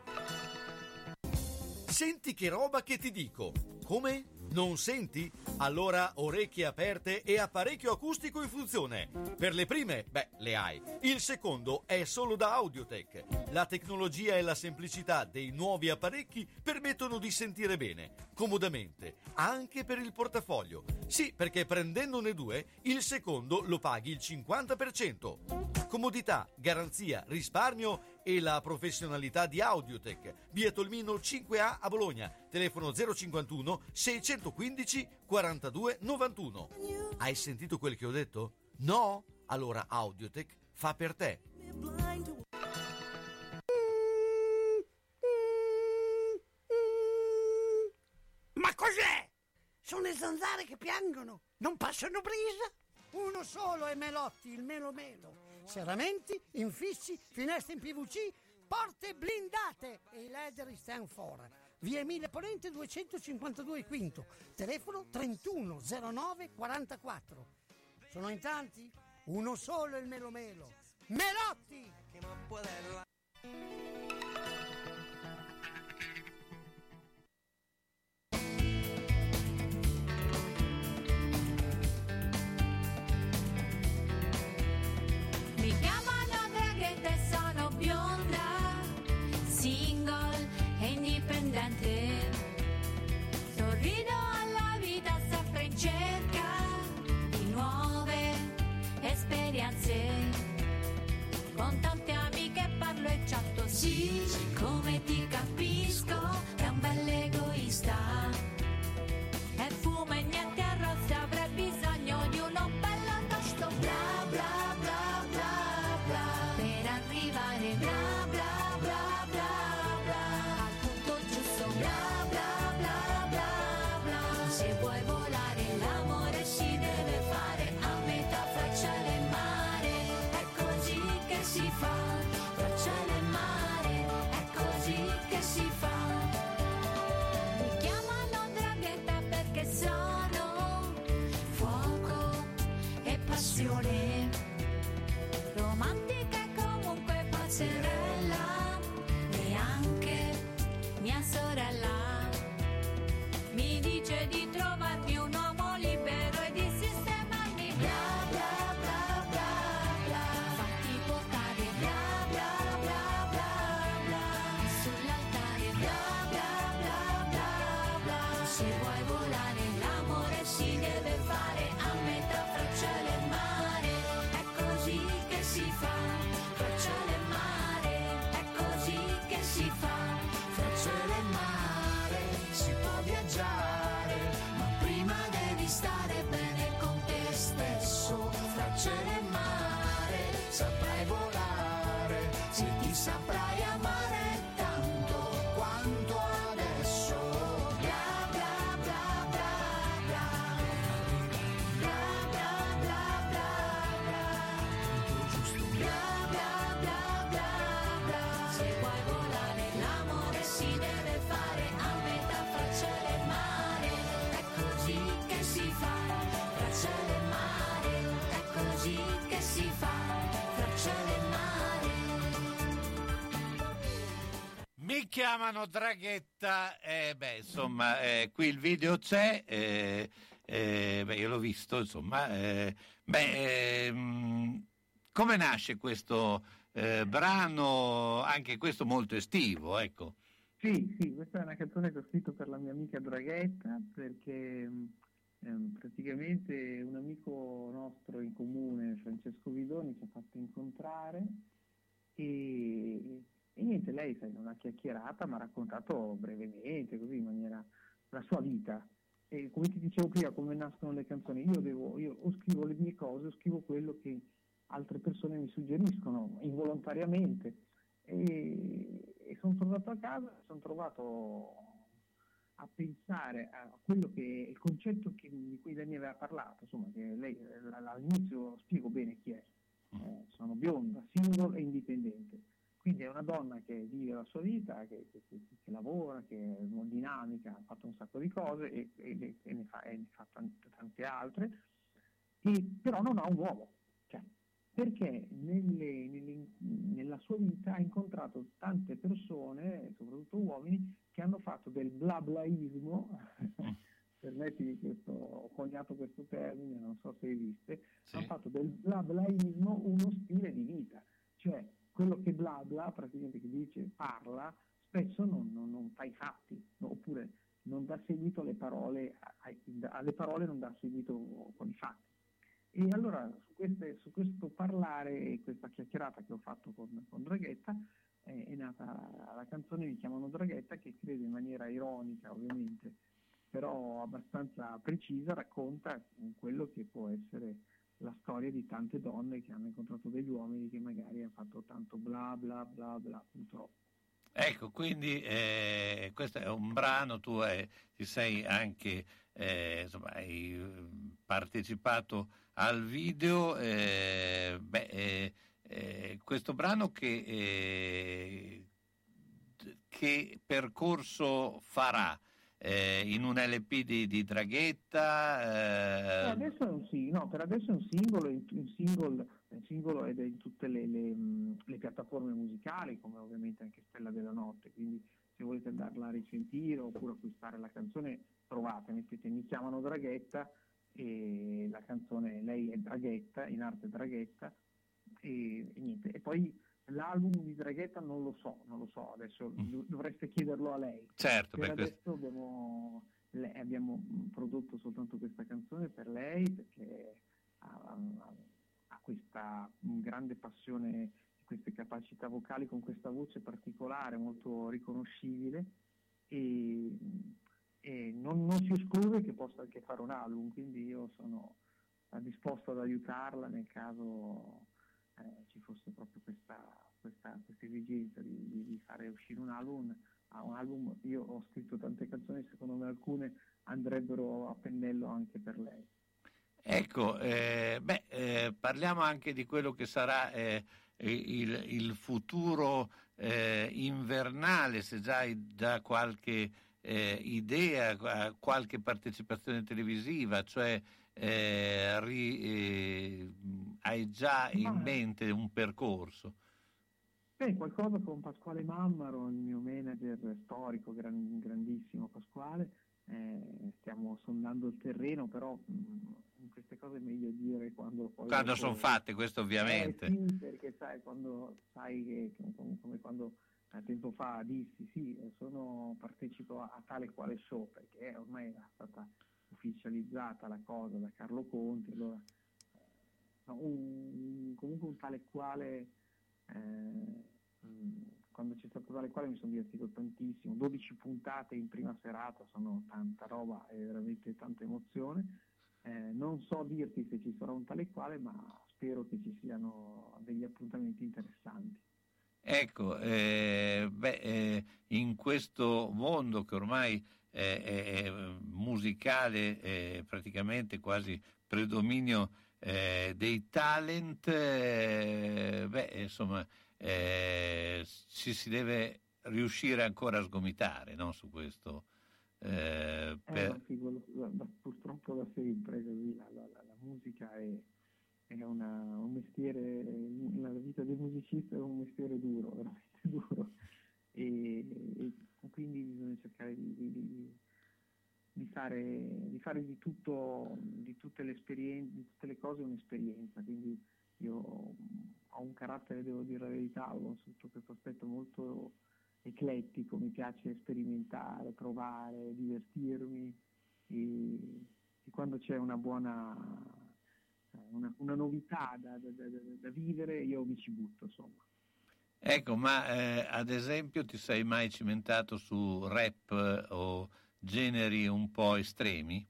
[SPEAKER 8] Senti che roba che ti dico. Come? Non senti? Allora orecchie aperte e apparecchio acustico in funzione. Per le prime, beh, le hai. Il secondo è solo da Audiotech. La tecnologia e la semplicità dei nuovi apparecchi permettono di sentire bene, comodamente, anche per il portafoglio. Sì, perché prendendone due, il secondo lo paghi il cinquanta per cento. Comodità, garanzia, risparmio e la professionalità di Audiotech, via Tolmino cinque A a Bologna, telefono zero cinquantuno seicentoquindici quarantadue novantuno. Hai sentito quel che ho detto? No? Allora Audiotech fa per te.
[SPEAKER 9] Ma cos'è? Sono le zanzare che piangono, non passano brisa? Uno solo è Melotti, il Melo Melo. Serramenti, infissi, finestre in P V C, porte blindate e i leder stand for. Via Emile Ponente duecentocinquantadue Quinto, telefono trentuno zero nove quarantaquattro. Sono in tanti? Uno solo è il Melo Melo. Melotti!
[SPEAKER 10] Mi chiamano Draghetta e sono bionda, single e indipendente. Sorrido alla vita sempre in cerca di nuove esperienze. Con tante amiche parlo e chatto, sì, come ti capisco, è un bel egoista. E fumo e niente arrosto, avrei bisogno di uno bello tosto. Bla bla bla bla bla, per arrivare bla bla bla bla bla, al punto giusto. Bla bla bla bla bla, se vuoi volare l'amore si deve fare a metà fra cielo e mare. È così che si fa, fra cielo e mare, è così che si fa. Mi chiamano Draghetta perché sono fuoco e passione, romantica e comunque pazzerella, neanche mia sorella mi dice di trovarmi un uomo libero e di sistemarmi. Bla bla bla bla bla, fatti portare bla bla bla bla bla, sull'altare bla bla bla bla bla. Se vuoi volare l'amore si deve fare a metà fra cielo e mare. È così che si fa, fra cielo e mare. È così che si fa, fra cielo e mare. Si può viaggiare, ma prima devi stare bene con te stesso. Fra cielo e mare saprai volare, se ti saprai amare tanto quanto adesso. Bla bla bla bla bla, bla bla bla bla bla, giusto. Bla bla bla bla bla, se vuoi volare l'amore si deve fare a metà fra cielo e mare. È così che si fa, fra cielo e mare. È così che si fa, fra cielo e mare.
[SPEAKER 2] Mi chiamano Draghetta, eh, beh, insomma, eh, qui il video c'è, eh, eh, beh, io l'ho visto, insomma, eh, beh, ehm, come nasce questo eh, brano, anche questo molto estivo, ecco.
[SPEAKER 3] Sì, sì, questa è una canzone che ho scritto per la mia amica Draghetta, perché ehm, praticamente un amico nostro in comune, Francesco Vidoni, ci ha fatto incontrare e, e niente, lei sai, non ha chiacchierata, ma ha raccontato brevemente, così in maniera, la sua vita. E come ti dicevo prima, come nascono le canzoni, io devo, io o scrivo le mie cose, o scrivo quello che altre persone mi suggeriscono involontariamente. E, e sono tornato a casa, mi sono trovato a pensare a quello che il concetto che, di cui lei mi aveva parlato, insomma, che lei all'inizio spiego bene chi è. Eh, sono bionda, single e indipendente, quindi è una donna che vive la sua vita, che, che, che, che lavora, che è molto dinamica, ha fatto un sacco di cose e, e, e ne fa, e ne fa tante, tante altre, e, però non ha un uomo, cioè, perché nelle, nelle, nella sua vita ha incontrato tante persone, soprattutto uomini, che hanno fatto del blablaismo, permettimi questo, ho coniato questo termine, non so se esiste, sì. Hanno fatto del blablaismo uno stile di vita, cioè quello che blabla, praticamente che dice, parla, spesso non, non, non fa i fatti, no? Oppure non dà seguito alle parole, alle parole non dà seguito con i fatti. E allora su, queste, su questo parlare e questa chiacchierata che ho fatto con, con Draghetta, è, è nata la canzone Mi chiamano Draghetta, che credo in maniera ironica ovviamente, però abbastanza precisa, racconta quello che può essere la storia di tante donne che hanno incontrato degli uomini che magari hanno fatto tanto bla bla bla bla, purtroppo.
[SPEAKER 2] Ecco, quindi eh, questo è un brano, tu hai, ti sei anche, eh, insomma, hai partecipato al video, eh, beh, eh, eh, questo brano che, eh, che percorso farà? Eh, in un L P di, di Draghetta?
[SPEAKER 3] Eh,
[SPEAKER 2] Eh...
[SPEAKER 3] adesso è un sì, no, per adesso è un singolo, un singolo, un singolo ed è in tutte le, le, le piattaforme musicali, come ovviamente anche Stella della Notte, quindi se volete andarla a risentire oppure acquistare la canzone, trovate, mettete Mi chiamano Draghetta e la canzone, lei è Draghetta, in arte Draghetta, e, e niente, e poi l'album di Draghetta non lo so, non lo so, adesso
[SPEAKER 2] Mm.
[SPEAKER 3] dovreste chiederlo a lei.
[SPEAKER 2] Certo,
[SPEAKER 3] Per
[SPEAKER 2] per
[SPEAKER 3] adesso
[SPEAKER 2] questo.
[SPEAKER 3] abbiamo, le- abbiamo prodotto soltanto questa canzone per lei perché ha, ha- ha questa grande passione, queste capacità vocali con questa voce particolare, molto riconoscibile e, e non, non si esclude che possa anche fare un album, quindi io sono disposto ad aiutarla nel caso eh, ci fosse proprio questa, questa, questa esigenza di, di, di fare uscire un album. A un album io ho scritto tante canzoni, secondo me alcune andrebbero a pennello anche per lei.
[SPEAKER 2] Ecco, eh, beh, eh, parliamo anche di quello che sarà eh, il, il futuro eh, invernale, se già hai già qualche eh, idea, qua- qualche partecipazione televisiva, cioè eh, ri- eh, hai già in
[SPEAKER 3] Ma
[SPEAKER 2] mente un percorso?
[SPEAKER 3] beh, qualcosa con Pasquale Mammaro, il mio manager storico, gran- grandissimo Pasquale, eh, stiamo sondando il terreno, però mh, in queste cose è meglio dire quando poi
[SPEAKER 2] Quando sono
[SPEAKER 3] dopo...
[SPEAKER 2] fatte, questo
[SPEAKER 3] Eh
[SPEAKER 2] ovviamente.
[SPEAKER 3] sì, perché sai, quando sai che come, come quando eh, tempo fa dissi sì, eh, sono partecipo a, a tale quale show, perché ormai era stata ufficializzata la cosa da Carlo Conti, allora eh, no, un- comunque un tale quale eh, mh, quando c'è stato tale quale mi sono divertito tantissimo, dodici puntate in prima serata, sono tanta roba e veramente tanta emozione. Eh, non so dirti se ci sarà un tale quale, ma spero che ci siano degli appuntamenti interessanti.
[SPEAKER 2] Ecco, eh, beh, eh, in questo mondo che ormai è, è- è musicale, è praticamente quasi predominio eh, dei talent, eh, beh, insomma, eh, ci si deve riuscire ancora a sgomitare, no, su questo. eh,
[SPEAKER 3] Eh, ma
[SPEAKER 2] per-
[SPEAKER 3] figo, da- da- purtroppo da sempre è così, la, la- la- la musica è, è una- un mestiere, la vita del musicista è un mestiere duro, veramente duro, e, e quindi bisogna cercare di, di- di- di fare, di fare di tutto, di tutte le esperienze, di tutte le cose un'esperienza, quindi io ho un carattere, devo dire la verità, ho sotto questo aspetto molto eclettico, mi piace sperimentare, provare, divertirmi e, e quando c'è una buona, una, una novità da, da- da- da- da vivere io mi ci butto, insomma.
[SPEAKER 2] Ecco, ma eh, ad esempio ti sei mai cimentato su rap eh, o generi un po' estremi?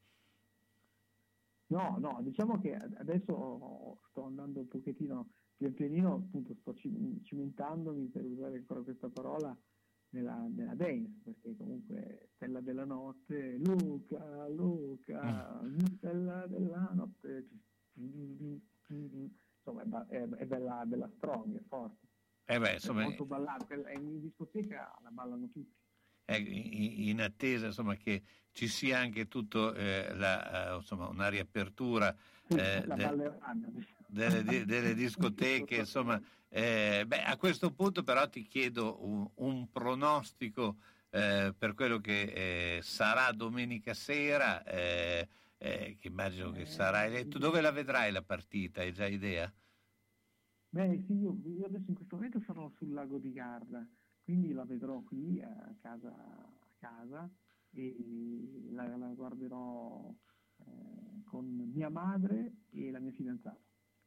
[SPEAKER 3] No, no, diciamo che ad- adesso sto andando un pochettino, pian pianino appunto sto ci- cimentandomi, per usare ancora questa parola, nella, nella dance, perché comunque Stella della Notte, Luca, Luca, Stella della Notte, insomma è, ba- è- è bella, bella strong, è forte,
[SPEAKER 2] Eh beh,
[SPEAKER 3] è
[SPEAKER 2] insomma,
[SPEAKER 3] molto ballata, e in discoteca la ballano tutti.
[SPEAKER 2] eh, in in attesa insomma, che ci sia anche tutto eh, la, eh, insomma, una riapertura
[SPEAKER 3] Sì,
[SPEAKER 2] eh,
[SPEAKER 3] la
[SPEAKER 2] de-
[SPEAKER 3] balleranno.
[SPEAKER 2] delle, di- delle discoteche, insomma, eh, beh, a questo punto però ti chiedo un, un pronostico eh, per quello che eh, sarà domenica sera, eh, eh, che immagino che sarà eletto. Dove la vedrai la partita? Hai già idea?
[SPEAKER 3] Beh sì, io, io adesso in questo momento sono sul lago di Garda, quindi la vedrò qui a casa, a casa e la, la guarderò eh, con mia madre e la mia fidanzata.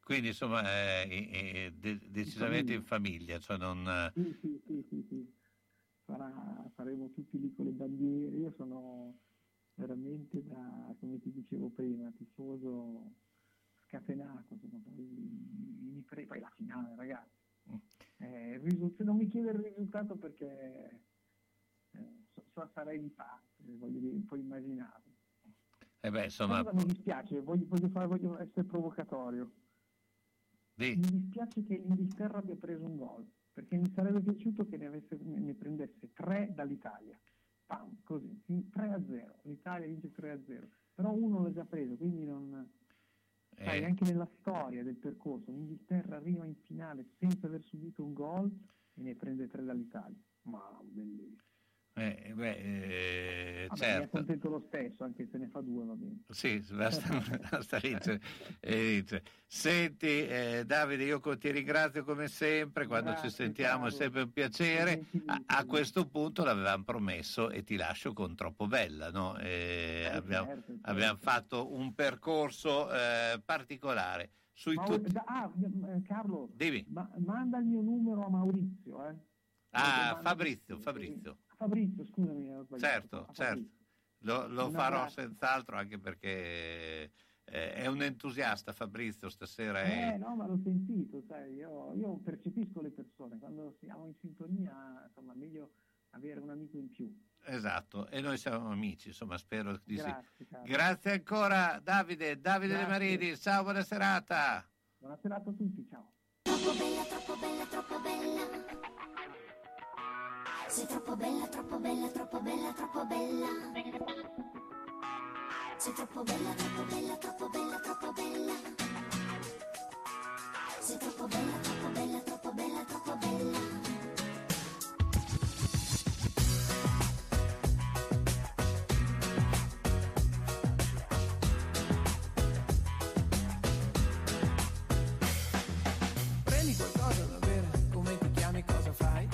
[SPEAKER 2] Quindi insomma è, è de- decisamente in famiglia, cioè non...
[SPEAKER 3] Sì, sì, sì, sì, sì. Sarà, saremo tutti lì con le bandiere. Io sono veramente da, come ti dicevo prima, tifoso scatenato, insomma, poi, mi pre- poi la finale, ragazzi. Eh, il risultato, non mi chiede il risultato perché eh, so, so, sarei di parte, voglio dire, puoi immaginare.
[SPEAKER 2] Eh beh, insomma...
[SPEAKER 3] Cosa mi dispiace, voglio, voglio, fare, voglio essere provocatorio.
[SPEAKER 2] Sì.
[SPEAKER 3] Mi dispiace che l'Inghilterra abbia preso un gol, perché mi sarebbe piaciuto che ne, avesse, ne prendesse tre dall'Italia. Pam, così, tre a zero. L'Italia vince tre a zero. Però uno l'ha già preso, quindi non...
[SPEAKER 2] Eh.
[SPEAKER 3] Sai, anche nella storia del percorso, l'Inghilterra arriva in finale senza aver subito un gol e ne prende tre dall'Italia. Ma bellissimo.
[SPEAKER 2] Eh, beh, eh,
[SPEAKER 3] Vabbè,
[SPEAKER 2] certo.
[SPEAKER 3] mi accontento lo stesso, anche se ne fa due va bene.
[SPEAKER 2] Sì, basta, basta vincere. Eh, Senti, eh, Davide, io ti ringrazio come sempre, quando
[SPEAKER 3] Grazie,
[SPEAKER 2] ci sentiamo
[SPEAKER 3] Carlo.
[SPEAKER 2] è sempre un piacere. A, a questo punto l'avevamo promesso e ti lascio con Troppo Bella, no? Eh, abbiamo,
[SPEAKER 3] certo, certo.
[SPEAKER 2] abbiamo fatto un percorso eh, particolare sui
[SPEAKER 3] Ma,
[SPEAKER 2] tutti.
[SPEAKER 3] ah, eh, Carlo,
[SPEAKER 2] Dimmi.
[SPEAKER 3] ma, manda il mio numero a Maurizio, eh?
[SPEAKER 2] Ah,
[SPEAKER 3] Manda-
[SPEAKER 2] Fabrizio, Fabrizio.
[SPEAKER 3] Fabrizio, scusami, ho sbagliato.
[SPEAKER 2] Certo,
[SPEAKER 3] A
[SPEAKER 2] certo.
[SPEAKER 3] Fabrizio.
[SPEAKER 2] Lo, lo
[SPEAKER 3] Un
[SPEAKER 2] farò
[SPEAKER 3] abbraccio.
[SPEAKER 2] senz'altro, anche perché eh, è un entusiasta Fabrizio stasera. È...
[SPEAKER 3] Eh, no, ma l'ho sentito, sai, io, io percepisco le persone, quando siamo in sintonia, insomma, meglio avere un amico in più.
[SPEAKER 2] Esatto, e noi siamo amici, insomma, spero di
[SPEAKER 3] Grazie,
[SPEAKER 2] sì.
[SPEAKER 3] caro.
[SPEAKER 2] Grazie ancora, Davide, Davide De
[SPEAKER 3] Grazie.
[SPEAKER 2] Marini, ciao, buona serata.
[SPEAKER 3] Buona serata a tutti, ciao.
[SPEAKER 10] Troppo bella, troppo bella, troppo bella. Sei troppo bella, troppo bella, troppo bella, troppo bella. Sei troppo bella, troppo bella, troppo bella, troppo bella. Sei troppo bella, troppo bella, troppo bella, troppo bella.
[SPEAKER 11] Prendi qualcosa da bere, come ti chiami, cosa fai?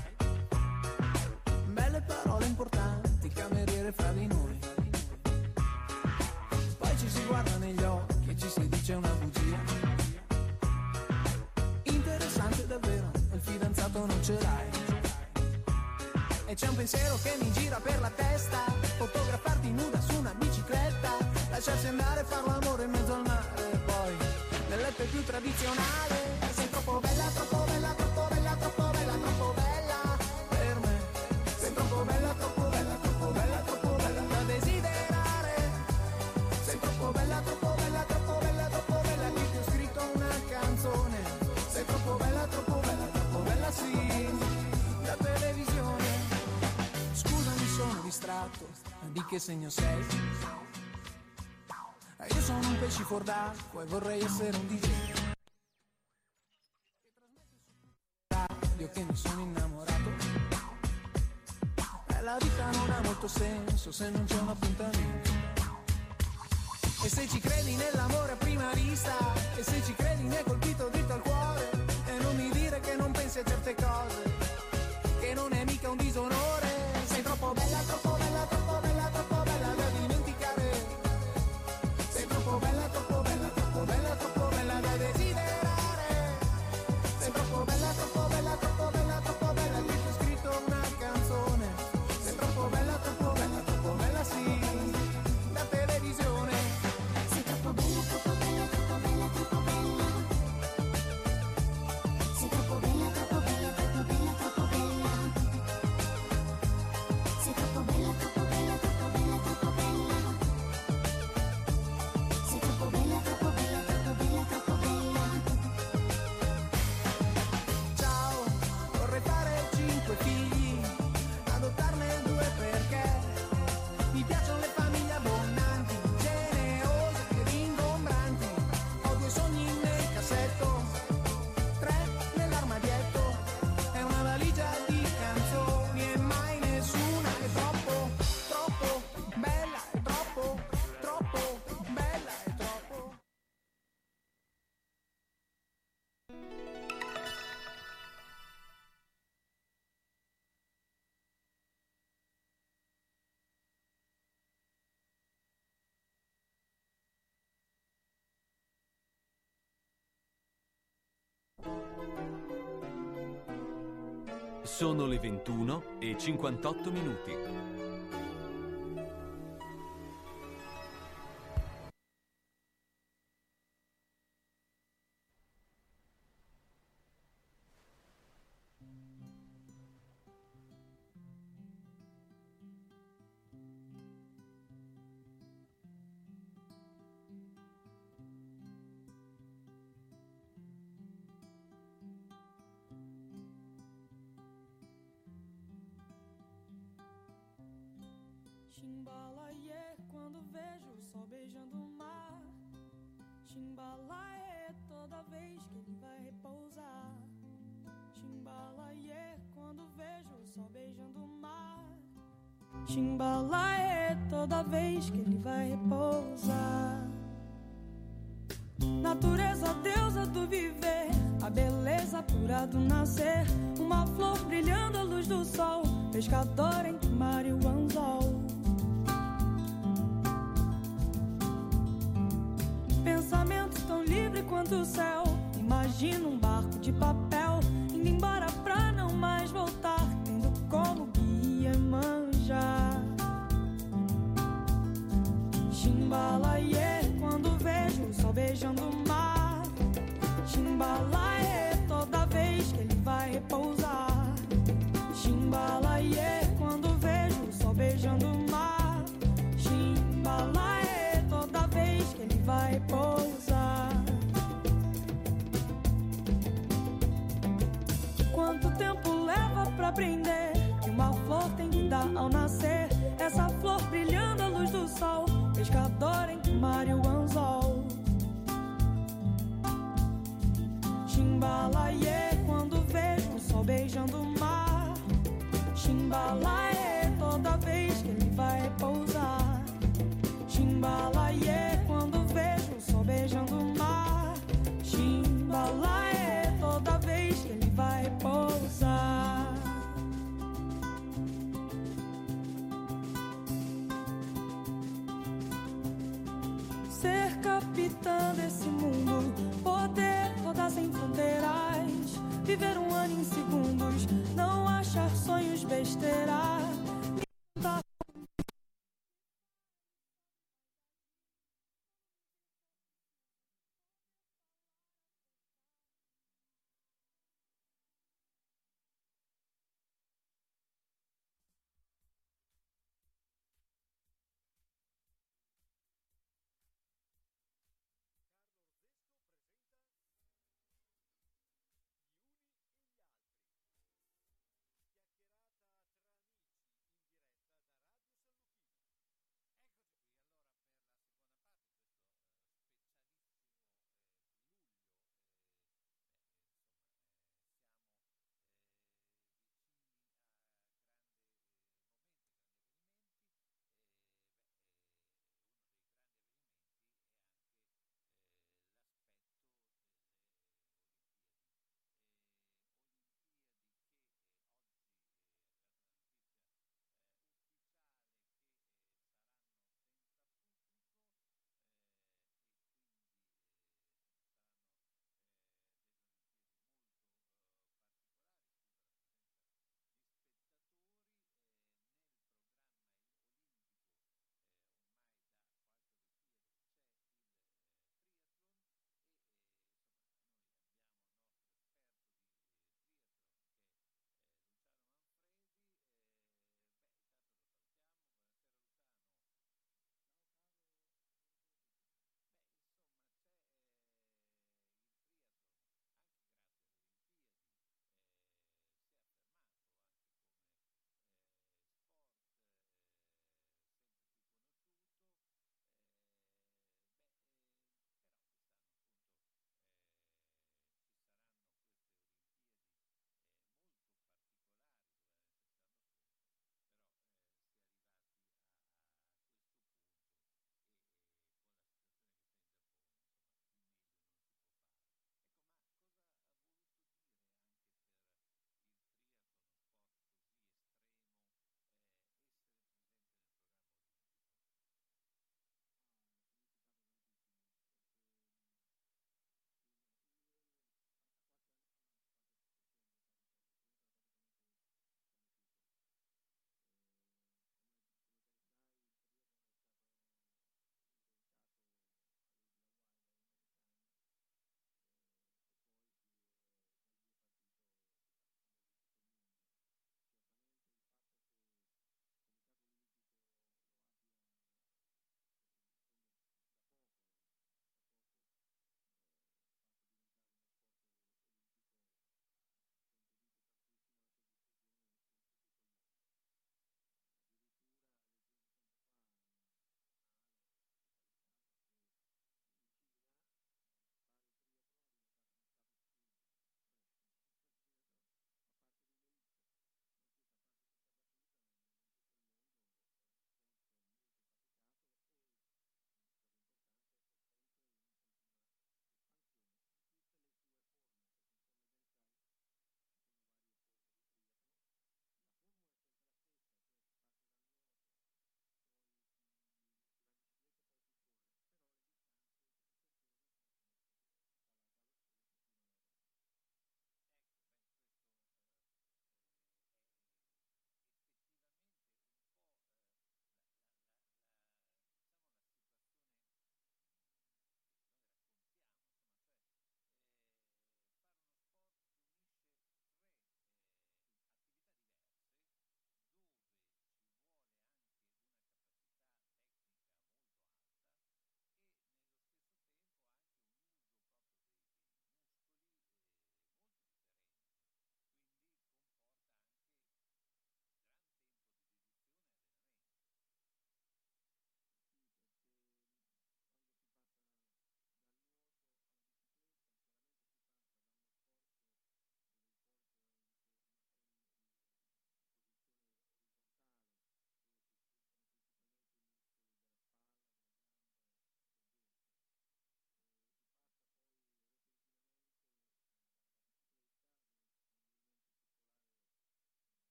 [SPEAKER 11] Belle parole importanti, cameriere fra di noi. Poi ci si guarda negli occhi e ci si dice una bugia. Interessante davvero, il fidanzato non ce l'hai. E c'è un pensiero che mi gira per la testa: fotografarti nuda su una bicicletta, lasciarsi andare, far l'amore in mezzo al mare. E poi, nel letto più tradizionale, sei troppo bella, troppo bella, troppo bella, troppo bella, troppo bella per me. Sei troppo bella, troppo bella, troppo bella, troppo bella da desiderare. Sei troppo bella, troppo bella, troppo bella, troppo bella, che ti ho scritto una canzone. Sei troppo bella, troppo bella, troppo bella, sì, da televisione. Scusami, sono distratto, ma di che segno sei? Eh, Io sono un pesci fuor d'acqua e vorrei essere un D J. Io che mi sono innamorato. E la vita non ha molto senso se non c'è un appuntamento. E se ci credi nell'amore a prima vista, e se ci credi mi hai colpito dritto al cuore. E non mi dire che non pensi a certe cose, che non è mica un disonore. Sei troppo bella, troppo bella, troppo bella, troppo bella da dimenticare. Sei troppo bella, troppo bella, troppo bella, troppo bella da desiderare. Sei troppo bella, troppo bella, troppo bella, troppo bella, che ti ho scritto una canzone. Sei troppo bella, troppo bella, troppo bella, sì, da televisione.
[SPEAKER 10] Sei troppo bella, troppo bella, troppo bella, troppo bella. Sei troppo bella, troppo
[SPEAKER 6] Sono le ventuno e cinquantotto minuti.
[SPEAKER 12] Chimbalaie, quando vejo o sol beijando o mar. Chimbalaie, toda vez que ele vai repousar. Chimbalaie, quando vejo o sol beijando o mar. Chimbalaie, toda vez que ele vai repousar. Natureza, deusa do viver, a beleza pura do nascer. Uma flor brilhando à luz do sol, pescador entre o mar e o anzol. Pensamento tão livre quanto o céu. Imagina um barco de papel indo embora pra não mais voltar, tendo como guia manjar. Chimbalaie, quando vejo o sol beijando o mar. Chimbalaie, toda vez que ele vai repousar. Chimbalaie, quando vejo o sol beijando o mar. Chimbalaie, toda vez que ele vai repousar. Quanto tempo leva pra aprender que uma flor tem que dar ao nascer? Essa flor brilhando à luz do sol, pescador entre o mar e o anzol. Chimbalaie, quando vejo o sol beijando o mar. Chimbalaie, toda vez que ele vai repousar. Chimbalaie, quando vejo o sol beijando o mar. Chimbalaie, toda vez que ele vai repousar. Ser capitã desse mundo, poder rodar sem fronteiras, viver um ano em segundos, não achar sonhos besteira.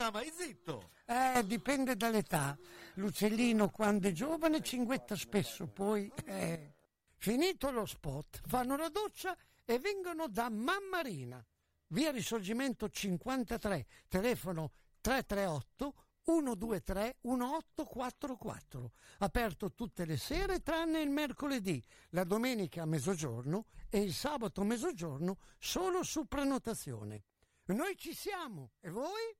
[SPEAKER 8] mai zitto.
[SPEAKER 9] Eh, dipende dall'età. L'uccellino quando è giovane cinguetta spesso, poi... Eh. Finito lo spot, fanno la doccia e vengono da Mammarina. Via Risorgimento cinquantatré, telefono tre tre otto uno due tre uno otto quattro quattro. Aperto tutte le sere tranne il mercoledì, la domenica a mezzogiorno e il sabato a mezzogiorno solo su prenotazione. Noi ci siamo, e voi?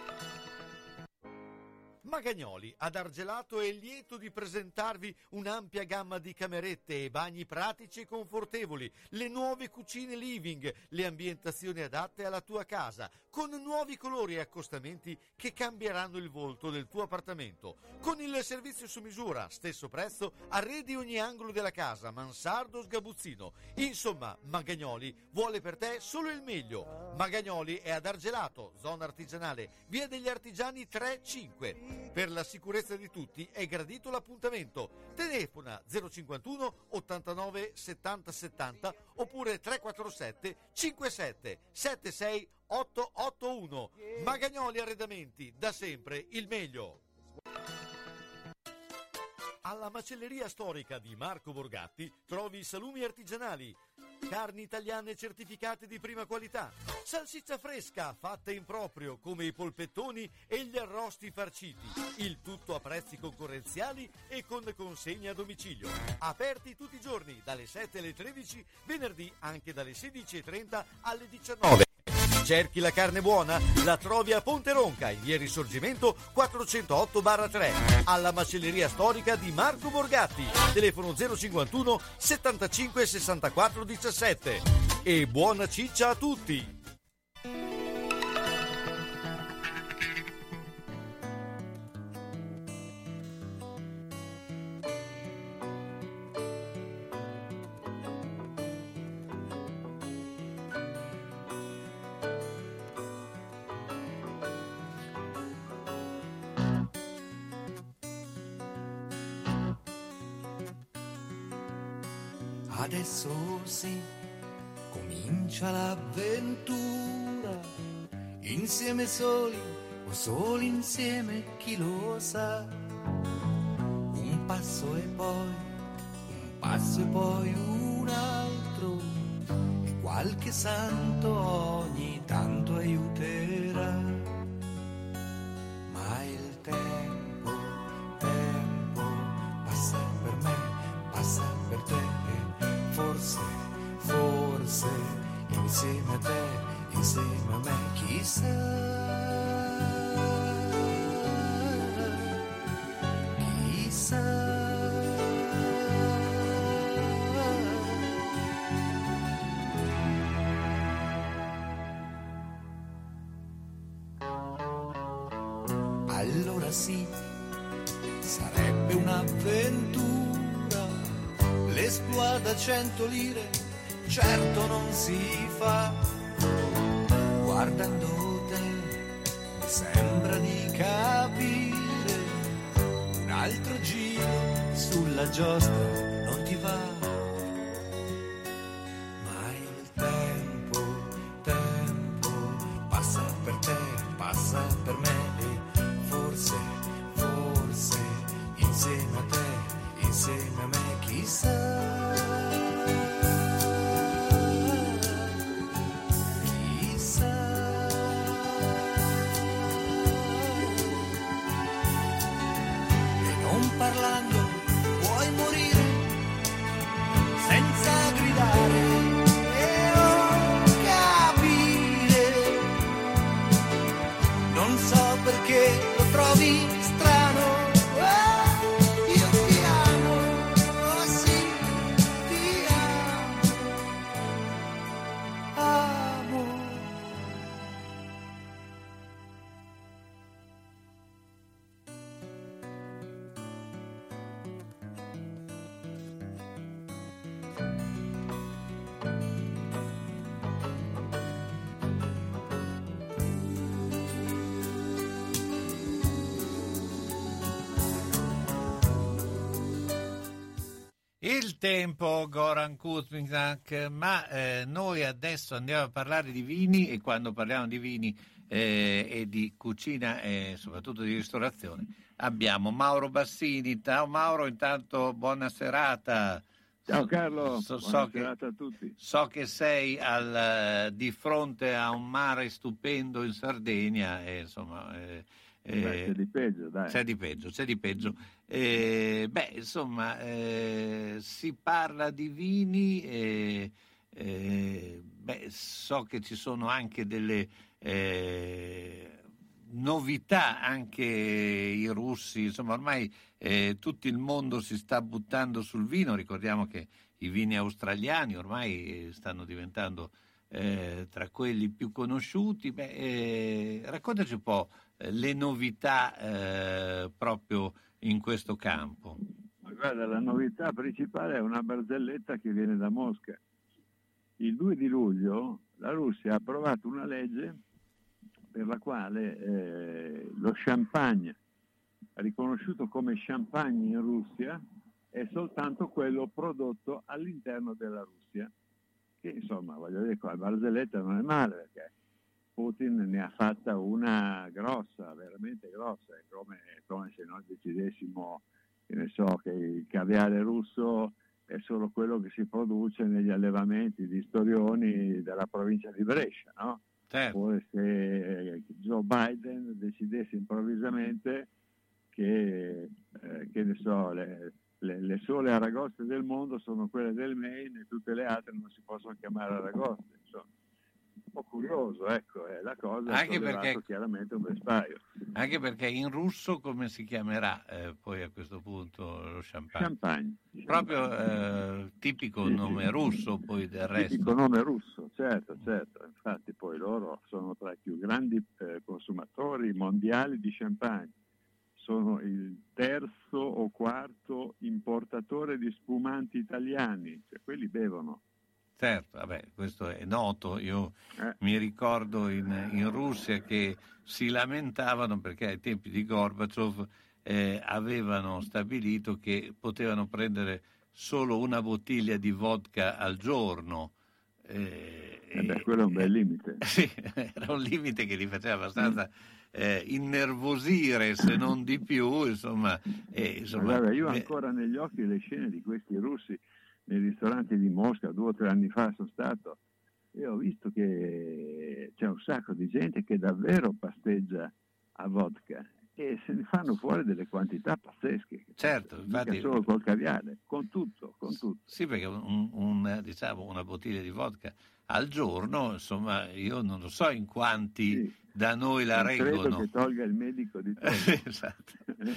[SPEAKER 8] Magagnoli ad Argelato è lieto di presentarvi un'ampia gamma di camerette e bagni pratici e confortevoli, le nuove cucine living, le ambientazioni adatte alla tua casa, con nuovi colori e accostamenti che cambieranno il volto del tuo appartamento. Con il servizio su misura, stesso prezzo, arredi ogni angolo della casa, mansardo, sgabuzzino. Insomma, Magagnoli vuole per te solo il meglio. Magagnoli è ad Argelato, zona artigianale, via degli Artigiani tre cinque. Per la sicurezza di tutti è gradito l'appuntamento. Telefona zero cinquantuno ottantanove settanta settanta oppure tre quattro sette cinquantasette settantasei ottocentottantuno. Magagnoli Arredamenti, da sempre il meglio. Alla macelleria storica di Marco Borgatti trovi salumi artigianali, carni italiane certificate di prima qualità, salsiccia fresca fatta in proprio come i polpettoni e gli arrosti farciti, il tutto a prezzi concorrenziali e con consegna a domicilio. Aperti tutti i giorni dalle sette alle tredici, venerdì anche dalle sedici e trenta alle diciannove. Cerchi la carne buona? La trovi a Ponte Ronca, in via Risorgimento quattrocentootto tre, alla macelleria storica di Marco Borgatti. Telefono zero cinquantuno settantacinque sessantaquattro diciassette. E buona ciccia a tutti!
[SPEAKER 13] Adesso sì, comincia l'avventura, insieme soli o soli insieme, chi lo sa. Un passo e poi, un passo e poi un altro, e qualche santo ogni tanto aiuterà. Ma il tempo, tempo, passa per me, passa per te. Forse, forse, insieme a te, insieme a me, chissà, chissà. Allora sì, sarebbe un'avventura. L'esploit da cento lire certo non si fa. Guardando te mi sembra di capire, un altro giro sulla giostra non ti va. Ma il tempo, tempo passa per te, passa per me, e forse, forse insieme a te, insieme a me, chissà. Parlando puoi morire senza gridare e o capire. Non so perché lo trovi strano, oh, io ti amo, oh sì, ti amo, amo.
[SPEAKER 2] Il tempo, Goran Kuzminak, ma eh, noi adesso andiamo a parlare di vini, e quando parliamo di vini eh, e di cucina e soprattutto di ristorazione abbiamo Mauro Bassini. Ciao Mauro, intanto buona serata.
[SPEAKER 14] Ciao Carlo,
[SPEAKER 2] so,
[SPEAKER 14] buona
[SPEAKER 2] so
[SPEAKER 14] serata
[SPEAKER 2] che,
[SPEAKER 14] a tutti.
[SPEAKER 2] So che sei al, di fronte a un mare stupendo in Sardegna e insomma... Eh,
[SPEAKER 14] Beh, c'è di peggio, dai.
[SPEAKER 2] C'è di peggio, c'è di peggio. Eh, beh, insomma, eh, si parla di vini e eh, beh, so che ci sono anche delle eh, novità, anche i russi, insomma, ormai eh, tutto il mondo si sta buttando sul vino. Ricordiamo che i vini australiani ormai stanno diventando eh, tra quelli più conosciuti. Beh, eh, raccontaci un po' le novità eh, proprio in questo campo.
[SPEAKER 14] Ma guarda, la novità principale è una barzelletta che viene da Mosca. Il due di luglio la Russia ha approvato una legge per la quale eh, lo champagne riconosciuto come champagne in Russia è soltanto quello prodotto all'interno della Russia, che insomma, voglio dire, la barzelletta non è male, perché Putin ne ha fatta una grossa, veramente grossa, è come, come se noi decidessimo, che ne so, che il caviale russo è solo quello che si produce negli allevamenti di storioni della provincia di Brescia, no?
[SPEAKER 2] Certo.
[SPEAKER 14] Oppure se Joe Biden decidesse improvvisamente che, eh, che ne so, le, le, le sole aragoste del mondo sono quelle del Maine e tutte le altre non si possono chiamare aragoste, insomma. Un po' curioso, ecco, è la cosa,
[SPEAKER 2] anche perché
[SPEAKER 14] chiaramente un vespaio.
[SPEAKER 2] Anche perché in russo come si chiamerà eh, poi a questo punto lo champagne?
[SPEAKER 14] Champagne.
[SPEAKER 2] Proprio eh, tipico
[SPEAKER 14] sì,
[SPEAKER 2] nome
[SPEAKER 14] sì.
[SPEAKER 2] russo poi del resto.
[SPEAKER 14] Tipico nome russo, certo, certo. Infatti poi loro sono tra i più grandi eh, consumatori mondiali di champagne. Sono il terzo o quarto importatore di spumanti italiani, cioè quelli bevono.
[SPEAKER 2] Certo, vabbè, questo è noto. Io
[SPEAKER 14] eh.
[SPEAKER 2] mi ricordo in, in Russia che si lamentavano perché ai tempi di Gorbaciov eh, avevano stabilito che potevano prendere solo una bottiglia di vodka al giorno.
[SPEAKER 14] Eh, eh beh, quello è un bel limite.
[SPEAKER 2] Eh, sì, era un limite che li faceva abbastanza eh, innervosire, se non di più, insomma. Eh, insomma
[SPEAKER 14] guarda, io ho ancora negli occhi le scene di questi russi nei ristoranti di Mosca, due o tre anni fa sono stato e ho visto che c'è un sacco di gente che davvero pasteggia a vodka e se ne fanno fuori delle quantità pazzesche.
[SPEAKER 2] Certo, infatti,
[SPEAKER 14] solo col caviale, con tutto, con tutto.
[SPEAKER 2] Sì, perché un, un, diciamo, una bottiglia di vodka al giorno, insomma, io non lo so in quanti sì. da noi la
[SPEAKER 14] non
[SPEAKER 2] reggono.
[SPEAKER 14] Credo che tolga il medico di torno.
[SPEAKER 2] Esatto.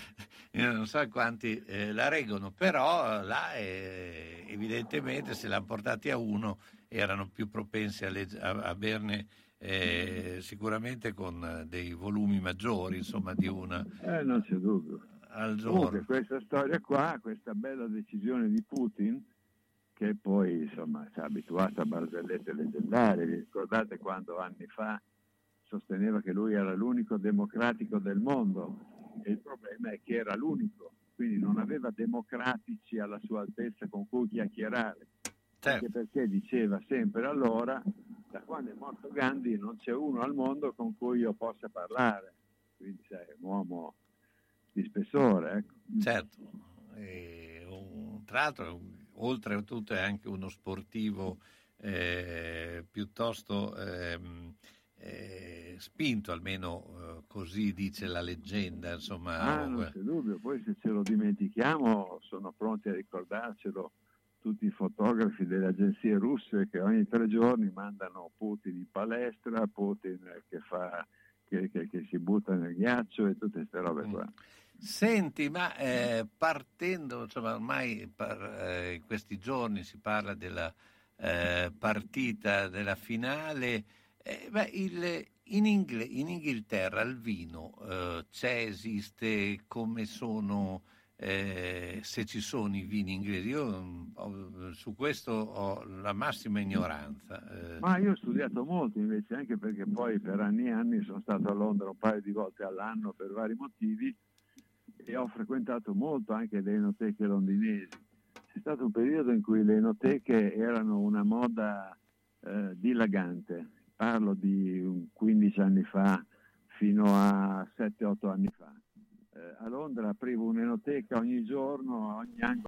[SPEAKER 2] Io non so in quanti eh, la reggono, però là eh, evidentemente se l'hanno portati a uno erano più propensi a, legge, a, a berne eh, sicuramente con dei volumi maggiori, insomma, di una
[SPEAKER 14] eh, non c'è dubbio
[SPEAKER 2] al giorno.
[SPEAKER 14] Comunque, questa storia qua, questa bella decisione di Putin, che poi insomma si è abituato a barzellette leggendarie. Vi ricordate quando anni fa sosteneva che lui era l'unico democratico del mondo e il problema è che era l'unico, quindi non aveva democratici alla sua altezza con cui chiacchierare.
[SPEAKER 2] Certo.
[SPEAKER 14] Anche perché diceva sempre allora, da quando è morto Gandhi non c'è uno al mondo con cui io possa parlare, quindi sei un uomo di spessore, ecco.
[SPEAKER 2] Certo, e, un, tra l'altro oltre a tutto è anche uno sportivo eh, piuttosto ehm, eh, spinto, almeno eh, così dice la leggenda, insomma.
[SPEAKER 14] Ah, non c'è dubbio, poi se ce lo dimentichiamo sono pronti a ricordarcelo tutti i fotografi delle agenzie russe che ogni tre giorni mandano Putin in palestra, Putin che fa che, che, che si butta nel ghiaccio e tutte queste robe qua. Mm.
[SPEAKER 2] Senti, ma eh, partendo, insomma, ormai par, eh, in questi giorni si parla della eh, partita della finale. Eh, beh, il, in, Ingle, in Inghilterra il vino eh, c'è, esiste, come sono, eh, se ci sono i vini inglesi? Io ho, su questo ho la massima ignoranza. Eh.
[SPEAKER 14] Ma io ho studiato molto invece, anche perché poi per anni e anni sono stato a Londra un paio di volte all'anno per vari motivi e ho frequentato molto anche le enoteche londinesi. C'è stato un periodo in cui le enoteche erano una moda eh, dilagante, parlo di quindici anni fa fino a sette otto anni fa. Eh, a Londra aprivo un'enoteca ogni giorno, a ogni angolo.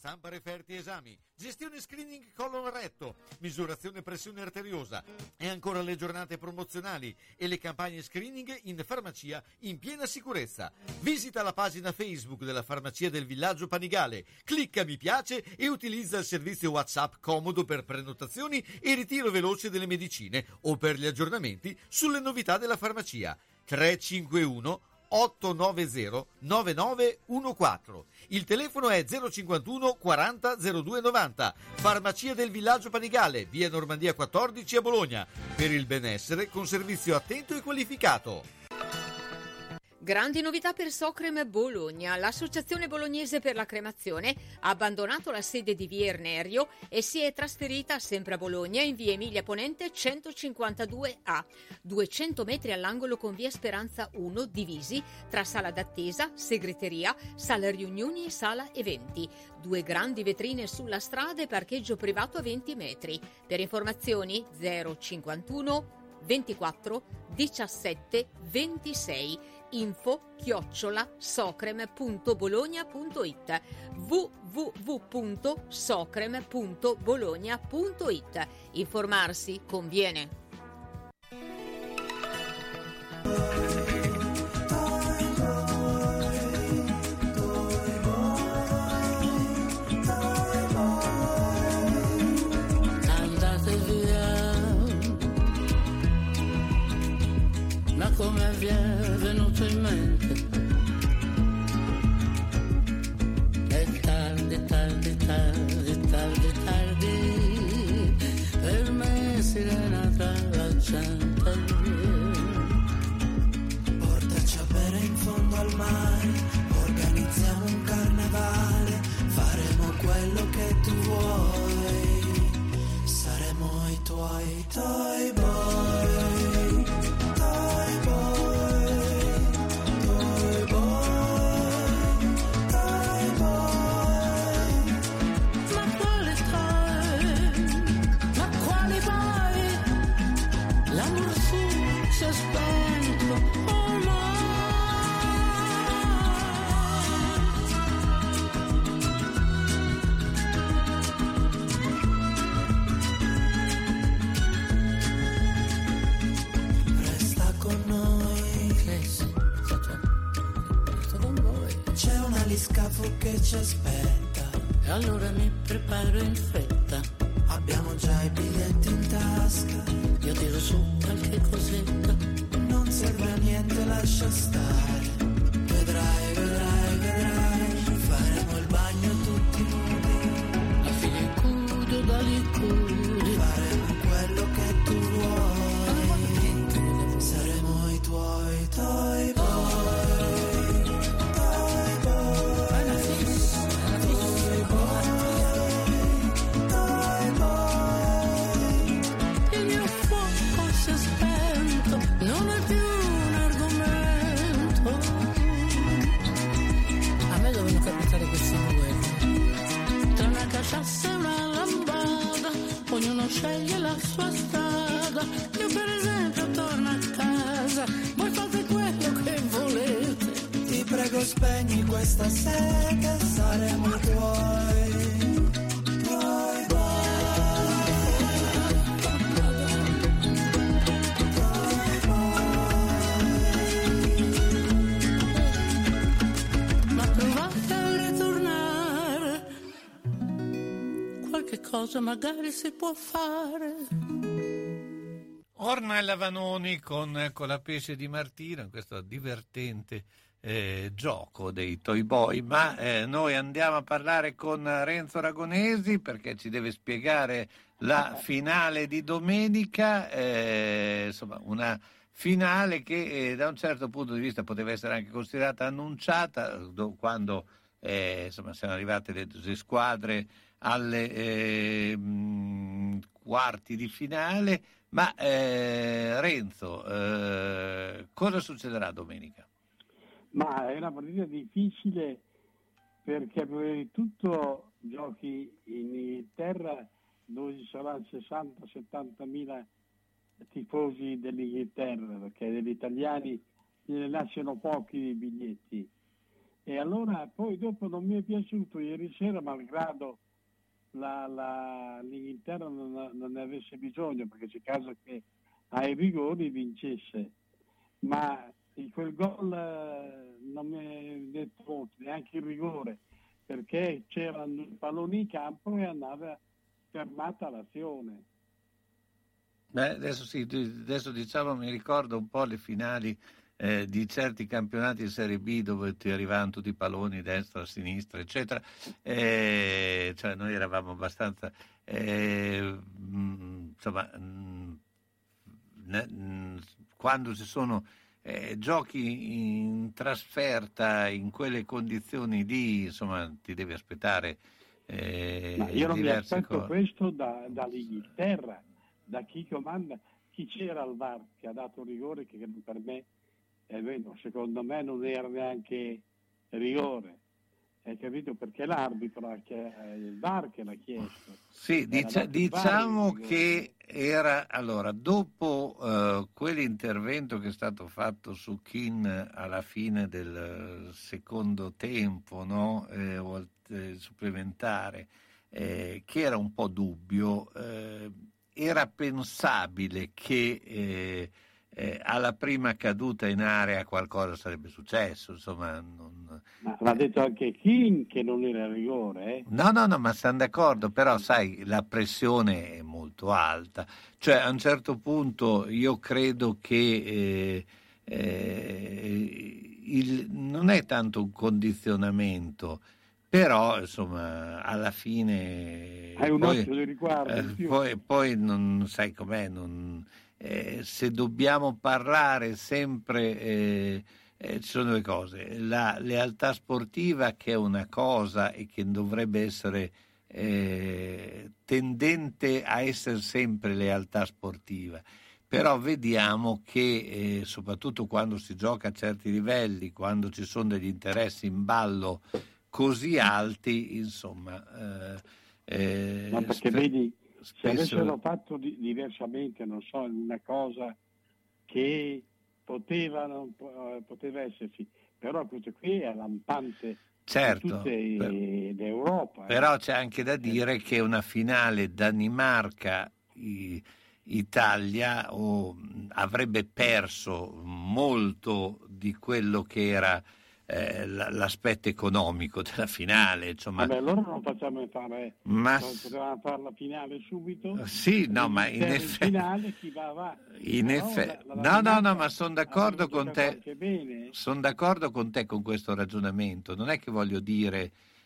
[SPEAKER 8] stampa referti esami, gestione screening colon retto, misurazione pressione arteriosa e ancora le giornate promozionali e le campagne screening in farmacia in piena sicurezza. Visita la pagina Facebook della farmacia del villaggio Panigale, clicca mi piace e utilizza il servizio WhatsApp comodo per prenotazioni e ritiro veloce delle medicine o per gli aggiornamenti sulle novità della farmacia. tre cinque uno otto nove zero nove nove uno quattro. Il telefono è zero cinquantuno quaranta zero due novanta. Farmacia del Villaggio Panigale, via Normandia quattordici a Bologna. Per il benessere con servizio attento e qualificato.
[SPEAKER 7] Grandi novità per Socrem Bologna. L'Associazione Bolognese per la Cremazione ha abbandonato la sede di via Ernerio e si è trasferita sempre a Bologna in via Emilia Ponente centocinquantadue A, duecento metri all'angolo con via Speranza uno, divisi tra sala d'attesa, segreteria, sala riunioni e sala eventi. Due grandi vetrine sulla strada e parcheggio privato a venti metri. Per informazioni zero cinquantuno ventiquattro diciassette ventisei. Info chiocciola socrem punto bologna punto it w w w punto socrem punto bologna punto it. Informarsi conviene.
[SPEAKER 15] Andate via, ma come vi è venuto in mente? È tardi, tardi, tardi, tardi, tardi, per me sirena tra la gente.
[SPEAKER 11] Portaci a bere in fondo al mare, organizziamo un carnevale, faremo quello che tu vuoi, saremo i tuoi toy boy, toy boy, toy boy, toy boy.
[SPEAKER 15] Ma quale toy? Ma quali boy? L'amor su si è spento ormai.
[SPEAKER 11] Resta con noi, c'è un aliscafo che ci aspetta,
[SPEAKER 15] E allora mi preparo in fretta,
[SPEAKER 11] abbiamo già i biglietti in tasca,
[SPEAKER 15] io tiro su qualche cosetta,
[SPEAKER 11] non serve a niente, lascia stare, vedrai, vedrai, vedrai, faremo il bagno tutti nudi,
[SPEAKER 15] a filicudo da licudi,
[SPEAKER 11] faremo quello che tu vuoi, saremo i tuoi toy boy, toy boy, toy boy, toy boy.
[SPEAKER 15] il mio fuoco si è spento, non è più un argomento. A me devono capitare questi due, tra una caciassa e una lambada, ognuno sceglie la sua strada. Io per esempio torno a casa, voi fate quello che volete.
[SPEAKER 11] Ti prego spegni questa sete, saremo i tuoi, tuoi
[SPEAKER 15] Ma provate a ritornare, qualche cosa magari si può fare.
[SPEAKER 2] Ornella Vanoni con Colapesce di Martino, questo divertente eh, gioco dei Toy Boy, ma eh, noi andiamo a parlare con Renzo Ragonesi perché ci deve spiegare la finale di domenica, eh, insomma una finale che eh, da un certo punto di vista poteva essere anche considerata annunciata do, quando eh, insomma siamo arrivate le due squadre alle eh, mh, quarti di finale. Ma eh, Renzo, eh, cosa succederà domenica?
[SPEAKER 3] Ma è una partita difficile perché prima di tutto giochi in Inghilterra dove ci saranno sessanta settanta mila tifosi dell'Inghilterra, perché degli italiani ne lasciano pochi i biglietti. E allora poi dopo non mi è piaciuto ieri sera, malgrado la, la, l'Inghilterra non, non ne avesse bisogno, perché c'è caso che ai rigori vincesse, ma in quel gol eh, non mi è detto molto, neanche il rigore, perché c'erano i palloni in campo e andava fermata l'azione.
[SPEAKER 2] Beh, adesso sì, adesso diciamo mi ricordo un po' le finali eh, di certi campionati di Serie B dove ti arrivavano tutti i palloni destra, sinistra, eccetera. E, cioè noi eravamo abbastanza eh, mh, insomma mh, ne, mh, quando ci sono eh, giochi in trasferta in quelle condizioni lì, insomma ti devi aspettare eh,
[SPEAKER 3] Ma io non mi
[SPEAKER 2] diverse
[SPEAKER 3] aspetto
[SPEAKER 2] cose.
[SPEAKER 3] questo da, dall'Inghilterra, da chi comanda, chi c'era al V A R che ha dato rigore, che per me è vero, secondo me non era neanche rigore, hai capito? Perché l'arbitro ha chie- il V A R che l'ha chiesto.
[SPEAKER 2] Sì,
[SPEAKER 3] Era
[SPEAKER 2] dicia-
[SPEAKER 3] dato il V A R il
[SPEAKER 2] diciamo
[SPEAKER 3] rigore.
[SPEAKER 2] che era allora dopo eh, quell'intervento che è stato fatto su Keane alla fine del secondo tempo, no? Eh, o al- eh, supplementare, eh, che era un po' dubbio, eh, era pensabile che eh, eh, alla prima caduta in area qualcosa sarebbe successo, insomma. Non...
[SPEAKER 3] Ma l'ha detto anche King che non era rigore, eh?
[SPEAKER 2] No, no, no, ma siamo d'accordo, però sai, la pressione è molto alta. Cioè, a un certo punto io credo che eh, eh, il, non è tanto un condizionamento, però insomma, alla fine...
[SPEAKER 3] Hai un
[SPEAKER 2] poi,
[SPEAKER 3] occhio di riguardo
[SPEAKER 2] eh,
[SPEAKER 3] in più.
[SPEAKER 2] poi, poi non sai com'è, non, eh, se dobbiamo parlare sempre... Eh, eh, ci sono due cose, la lealtà sportiva che è una cosa e che dovrebbe essere eh, tendente a essere sempre lealtà sportiva, però vediamo che eh, soprattutto quando si gioca a certi livelli, quando ci sono degli interessi in ballo così alti, insomma... Eh, eh,
[SPEAKER 3] Ma perché
[SPEAKER 2] spe-
[SPEAKER 3] vedi, se
[SPEAKER 2] spesso-
[SPEAKER 3] avessero fatto di- diversamente, non so, una cosa che poteva, non po- eh, poteva esserci, però questo qui è lampante
[SPEAKER 2] Certo,
[SPEAKER 3] in tutta
[SPEAKER 2] per-
[SPEAKER 3] l'Europa. eh.
[SPEAKER 2] Però c'è anche da dire che una finale Danimarca-Italia oh, avrebbe perso molto di quello che era eh, l- l'aspetto economico della finale. Insomma.
[SPEAKER 3] Vabbè, allora non facciamo fare,
[SPEAKER 2] Ma-
[SPEAKER 3] non potevamo fare la finale subito.
[SPEAKER 2] Sì, no, ma in
[SPEAKER 3] L'Inghilterra
[SPEAKER 2] effetti-
[SPEAKER 3] finale chi va va.
[SPEAKER 2] In
[SPEAKER 3] Però
[SPEAKER 2] effetti,
[SPEAKER 3] la- la
[SPEAKER 2] no, no, no,
[SPEAKER 3] Danimarca
[SPEAKER 2] ma sono d'accordo
[SPEAKER 3] aveva
[SPEAKER 2] con
[SPEAKER 3] giocato
[SPEAKER 2] te.
[SPEAKER 3] anche bene.
[SPEAKER 2] Sono d'accordo con te con questo ragionamento. Non è che voglio dire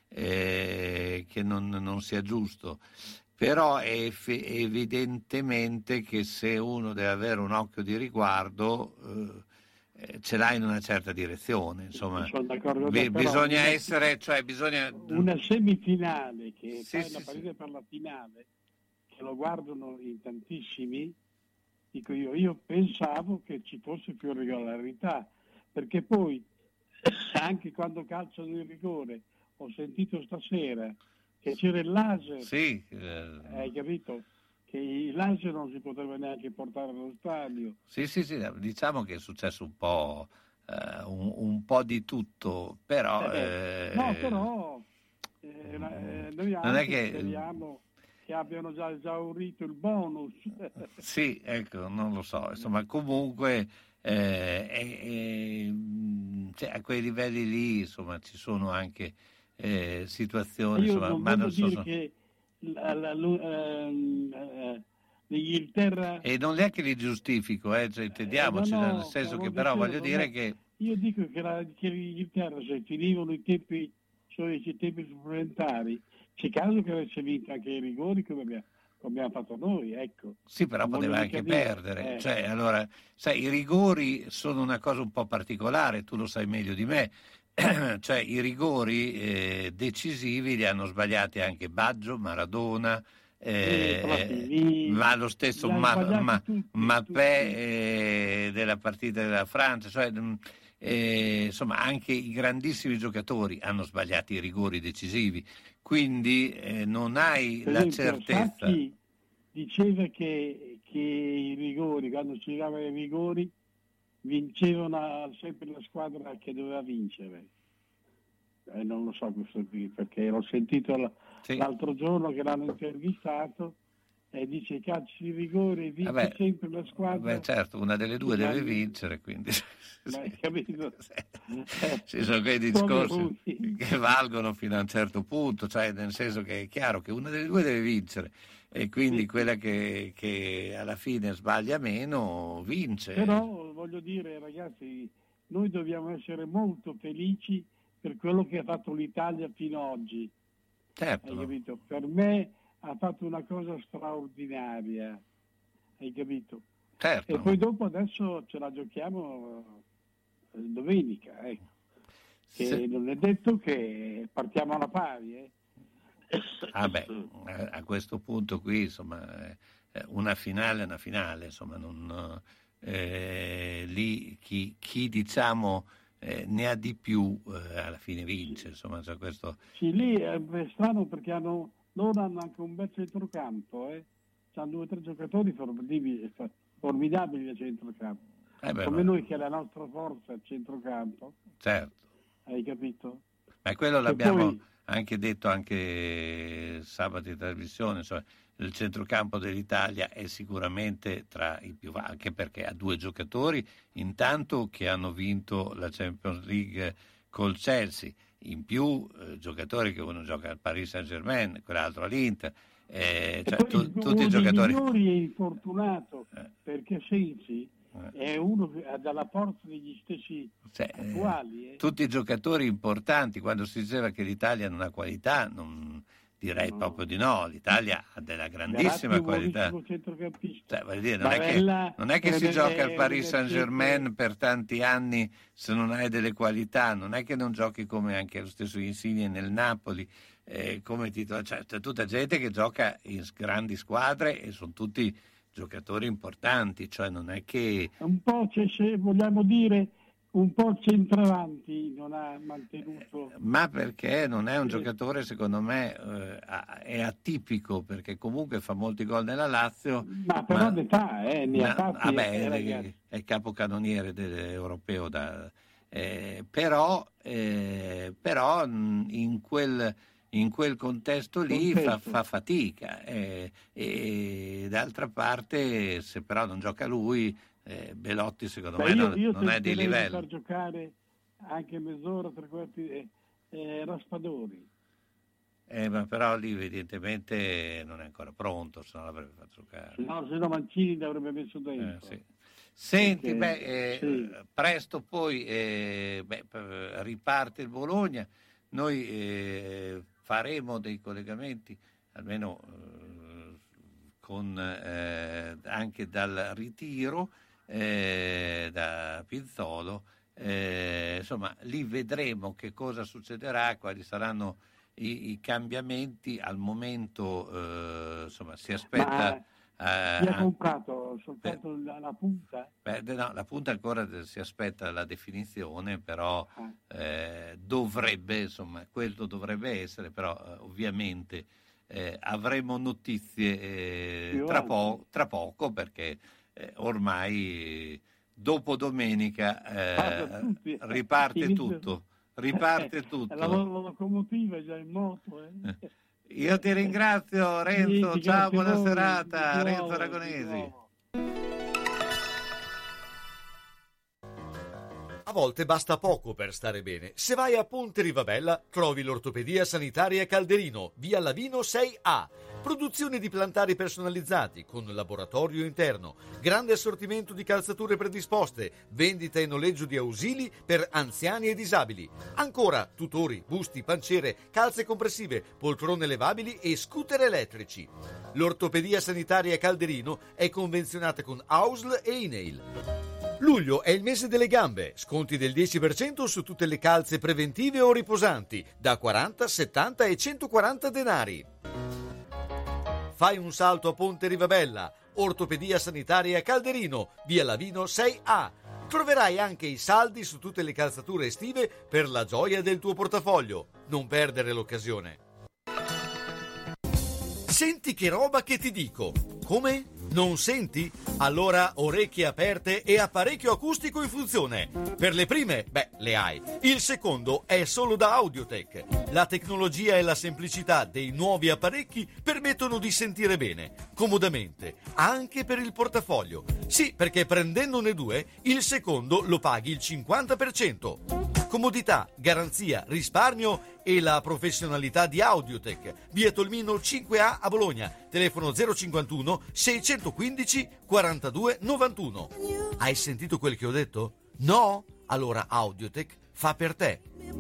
[SPEAKER 2] eh, che non, non sia giusto, però è eff- evidentemente che se uno deve avere un occhio di riguardo eh, ce l'ha in una certa direzione. Insomma,
[SPEAKER 3] Sono d'accordo con
[SPEAKER 2] Bi-
[SPEAKER 3] te, però
[SPEAKER 2] bisogna
[SPEAKER 3] una-
[SPEAKER 2] essere, cioè bisogna.
[SPEAKER 3] Una semifinale che
[SPEAKER 2] Sì,
[SPEAKER 3] fai
[SPEAKER 2] sì,
[SPEAKER 3] la partita per la finale, che lo guardano in tantissimi, dico io, io pensavo che ci fosse più regolarità, perché poi anche quando calciano il rigore, ho sentito stasera che c'era il laser,
[SPEAKER 2] Sì, eh,
[SPEAKER 3] hai capito? Che il laser non si poteva neanche portare allo stadio.
[SPEAKER 2] sì, sì, sì, diciamo che è successo un po', eh, un, un po' di tutto, però.
[SPEAKER 3] Eh,
[SPEAKER 2] eh,
[SPEAKER 3] no, però eh, la- eh, noi
[SPEAKER 2] non
[SPEAKER 3] anche
[SPEAKER 2] è che-
[SPEAKER 3] speriamo che abbiano già esaurito il bonus.
[SPEAKER 2] Sì, ecco, non lo so, insomma, comunque eh, è- è- cioè, a quei livelli lì, insomma, ci sono anche eh, situazioni,
[SPEAKER 3] Io
[SPEAKER 2] insomma,
[SPEAKER 3] non
[SPEAKER 2] ma
[SPEAKER 3] voglio
[SPEAKER 2] non so,
[SPEAKER 3] dire
[SPEAKER 2] so-
[SPEAKER 3] che la- la- lu- ehm, eh, l'Inghilterra...
[SPEAKER 2] e non è che li giustifico, eh, cioè, intendiamoci,
[SPEAKER 3] Eh, no, no,
[SPEAKER 2] nel senso
[SPEAKER 3] ma
[SPEAKER 2] che
[SPEAKER 3] non
[SPEAKER 2] però
[SPEAKER 3] dicevo,
[SPEAKER 2] voglio
[SPEAKER 3] non
[SPEAKER 2] dire
[SPEAKER 3] è-
[SPEAKER 2] che
[SPEAKER 3] Io dico che, la, che l'Inghilterra, se finivano i tempi, cioè i tempi supplementari, c'è caso che avesse vinto anche i rigori come abbiamo, come abbiamo fatto noi, ecco.
[SPEAKER 2] sì, però
[SPEAKER 3] Non voglio
[SPEAKER 2] poteva
[SPEAKER 3] mica
[SPEAKER 2] anche
[SPEAKER 3] dire,
[SPEAKER 2] perdere.
[SPEAKER 3] eh.
[SPEAKER 2] Cioè, allora, sai, i rigori sono una cosa un po' particolare, tu lo sai meglio di me. Cioè, i rigori eh, decisivi li hanno sbagliati anche Baggio, Maradona, eh,
[SPEAKER 3] Sì, Platini,
[SPEAKER 2] ma lo stesso
[SPEAKER 3] li hanno
[SPEAKER 2] Ma-
[SPEAKER 3] sbagliati
[SPEAKER 2] Ma-
[SPEAKER 3] tutti,
[SPEAKER 2] Mappé eh, della partita della Francia. Cioè, mh, eh, insomma, anche i grandissimi giocatori hanno sbagliato i rigori decisivi. Quindi eh, non hai
[SPEAKER 3] Per
[SPEAKER 2] la
[SPEAKER 3] esempio,
[SPEAKER 2] certezza.
[SPEAKER 3] Sacchi diceva che, che i rigori, quando si giocava i rigori, vincevano sempre la squadra che doveva vincere. Eh, non lo so questo qui, perché l'ho sentito l-
[SPEAKER 2] Sì.
[SPEAKER 3] l'altro giorno che l'hanno intervistato e dice i calci di rigore vince
[SPEAKER 2] Vabbè,
[SPEAKER 3] sempre la squadra.
[SPEAKER 2] Beh, certo, una delle due
[SPEAKER 3] che
[SPEAKER 2] deve
[SPEAKER 3] hanno-
[SPEAKER 2] vincere, quindi
[SPEAKER 3] Hai capito?
[SPEAKER 2] ci sono quei
[SPEAKER 3] Come
[SPEAKER 2] discorsi
[SPEAKER 3] lui.
[SPEAKER 2] che valgono fino a un certo punto, cioè nel senso che è chiaro che una delle due deve vincere e quindi quella che, che alla fine sbaglia meno vince.
[SPEAKER 3] Però voglio dire, ragazzi, noi dobbiamo essere molto felici per quello che ha fatto l'Italia fino ad oggi.
[SPEAKER 2] Certo.
[SPEAKER 3] Hai capito? Per me ha fatto una cosa straordinaria, hai capito?
[SPEAKER 2] Certo.
[SPEAKER 3] E poi dopo adesso ce la giochiamo eh, domenica, ecco. Che
[SPEAKER 2] Sì.
[SPEAKER 3] non è detto che partiamo alla pari, eh.
[SPEAKER 2] Ah beh, a a questo punto qui, insomma, eh, una finale è una finale, insomma, non, eh, lì chi, chi diciamo eh, ne ha di più eh, alla fine vince, insomma, cioè questo...
[SPEAKER 3] Sì, lì è strano perché hanno, loro hanno anche un bel centrocampo, eh. C'hanno due o tre giocatori formidabili, formidabili a centrocampo.
[SPEAKER 2] Eh beh,
[SPEAKER 3] Come
[SPEAKER 2] ma-
[SPEAKER 3] noi che è la nostra forza a centrocampo,
[SPEAKER 2] Certo.
[SPEAKER 3] hai capito?
[SPEAKER 2] Ma quello
[SPEAKER 3] E
[SPEAKER 2] l'abbiamo
[SPEAKER 3] poi-
[SPEAKER 2] anche detto anche sabato in trasmissione, insomma, il centrocampo dell'Italia è sicuramente tra i più, anche perché ha due giocatori intanto che hanno vinto la Champions League col Chelsea, in più eh, giocatori che uno gioca al Paris Saint-Germain, quell'altro all'Inter, eh, cioè,
[SPEAKER 3] Poi
[SPEAKER 2] tu-
[SPEAKER 3] uno
[SPEAKER 2] tutti i
[SPEAKER 3] dei
[SPEAKER 2] giocatori.
[SPEAKER 3] migliori è infortunato perché Sensi è uno che ha dalla forza degli stessi
[SPEAKER 2] Cioè, eh,
[SPEAKER 3] attuali. eh.
[SPEAKER 2] tutti i giocatori importanti, quando si diceva che l'Italia non ha qualità, non direi proprio di no, l'Italia ha della grandissima
[SPEAKER 3] Verratti è un
[SPEAKER 2] qualità.
[SPEAKER 3] buonissimo centrocampista.
[SPEAKER 2] Cioè, voglio dire, non, è che,
[SPEAKER 3] Barella
[SPEAKER 2] non è che si
[SPEAKER 3] è-
[SPEAKER 2] gioca al
[SPEAKER 3] è-
[SPEAKER 2] Paris
[SPEAKER 3] è-
[SPEAKER 2] Saint-Germain per tanti anni se non hai delle qualità, non è che non giochi come anche lo stesso Insigne nel Napoli, eh, come titolo, cioè, c'è tutta gente che gioca in s- grandi squadre e sono tutti giocatori importanti, cioè non è che...
[SPEAKER 3] Un po' c'è, se vogliamo dire, un po' il centravanti non ha mantenuto.
[SPEAKER 2] Ma perché non è un giocatore, secondo me, eh, a- è atipico, perché comunque fa molti gol nella Lazio.
[SPEAKER 3] Ma però d'età, eh, ne ha
[SPEAKER 2] Ma-
[SPEAKER 3] fatti,
[SPEAKER 2] vabbè,
[SPEAKER 3] eh,
[SPEAKER 2] è,
[SPEAKER 3] ragazzi.
[SPEAKER 2] è il capocannoniere dell'europeo, da, eh, però, eh, però mh, in quel, in quel contesto lì fa,
[SPEAKER 3] Contesto.
[SPEAKER 2] fa fatica eh, e d'altra parte se però non gioca lui, eh, Belotti secondo
[SPEAKER 3] Beh,
[SPEAKER 2] me
[SPEAKER 3] io,
[SPEAKER 2] non,
[SPEAKER 3] io
[SPEAKER 2] non è di
[SPEAKER 3] tenterei
[SPEAKER 2] livello.
[SPEAKER 3] far giocare anche mezz'ora, tre quarti, eh, eh, Raspadori.
[SPEAKER 2] Eh, ma però lì evidentemente non è ancora pronto, se no l'avrebbe fatto giocare.
[SPEAKER 3] No, se no Mancini l'avrebbe messo dentro.
[SPEAKER 2] Eh, sì. Senti,
[SPEAKER 3] Perché-
[SPEAKER 2] beh, eh,
[SPEAKER 3] sì.
[SPEAKER 2] presto poi eh, beh, p- riparte il Bologna, noi eh, faremo dei collegamenti, almeno eh, con, eh, anche dal ritiro eh, da Pinzolo, eh, insomma lì vedremo che cosa succederà, quali saranno i, i cambiamenti. Al momento eh, insomma si aspetta...
[SPEAKER 3] Ma
[SPEAKER 2] eh,
[SPEAKER 3] chi ha comprato soltanto la, la punta?
[SPEAKER 2] Beh, no, la punta ancora si aspetta la definizione, però
[SPEAKER 3] Ah.
[SPEAKER 2] eh, dovrebbe, insomma, quello dovrebbe essere, però eh, ovviamente eh, avremo notizie eh,
[SPEAKER 3] Più
[SPEAKER 2] tra,
[SPEAKER 3] avanti.
[SPEAKER 2] po- tra poco, perché eh, ormai dopo domenica eh,
[SPEAKER 3] Guarda, tutti-
[SPEAKER 2] riparte
[SPEAKER 3] inizia-
[SPEAKER 2] tutto, riparte
[SPEAKER 3] La,
[SPEAKER 2] tutto.
[SPEAKER 3] la locomotiva è già in moto. Eh.
[SPEAKER 2] Io ti ringrazio Renzo,
[SPEAKER 3] Niente,
[SPEAKER 2] ciao,
[SPEAKER 3] grazie a
[SPEAKER 2] buona
[SPEAKER 3] voi,
[SPEAKER 2] serata,
[SPEAKER 3] di nuovo,
[SPEAKER 2] Renzo
[SPEAKER 3] di
[SPEAKER 2] Aragonesi.
[SPEAKER 3] nuovo.
[SPEAKER 8] A volte basta poco per stare bene. Se vai a Ponte Rivabella trovi l'ortopedia sanitaria Calderino, via Lavino sei A. Produzione di plantari personalizzati con laboratorio interno, grande assortimento di calzature predisposte, vendita e noleggio di ausili per anziani e disabili. Ancora tutori, busti, panciere, calze compressive, poltrone levabili e scooter elettrici. L'ortopedia sanitaria Calderino è convenzionata con A U S L e I N E I L. Luglio è il mese delle gambe, sconti del dieci per cento su tutte le calze preventive o riposanti, da quaranta, settanta e centoquaranta denari. Fai un salto a Ponte Rivabella, ortopedia sanitaria Calderino, via Lavino sei A. Troverai anche i saldi su tutte le calzature estive per la gioia del tuo portafoglio. Non perdere l'occasione. Senti che roba che ti dico. Come? Non senti? Allora orecchie aperte e apparecchio acustico in funzione. Per le prime, beh, le hai. Il secondo è solo da Audiotech. La tecnologia e la semplicità dei nuovi apparecchi permettono di sentire bene, comodamente, anche per il portafoglio. Sì, perché prendendone due, il secondo lo paghi il cinquanta per cento. Comodità, garanzia, risparmio e la professionalità di Audiotech. Via Tolmino cinque A a Bologna. Telefono zero cinquantuno seicentoquindici quarantadue novantuno. Hai sentito quel che ho detto? No? Allora Audiotech fa per te.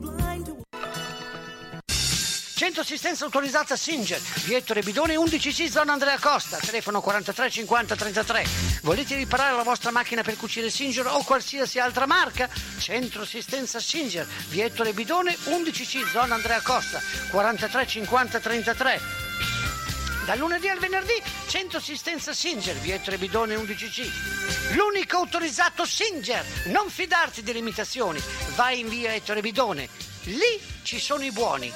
[SPEAKER 9] Centro assistenza autorizzata Singer, via Ettore Bidone undici C, zona Andrea Costa, telefono quarantatré cinquanta trentatré. Volete riparare la vostra macchina per cucire Singer o qualsiasi altra marca? Centro assistenza Singer, via Ettore Bidone undici C, zona Andrea Costa, quarantatré cinquanta trentatré. Dal lunedì al venerdì, centro assistenza Singer, via Ettore Bidone undici C. L'unico autorizzato Singer. Non fidarti delle imitazioni. Vai in via Ettore Bidone. Lì ci sono i buoni.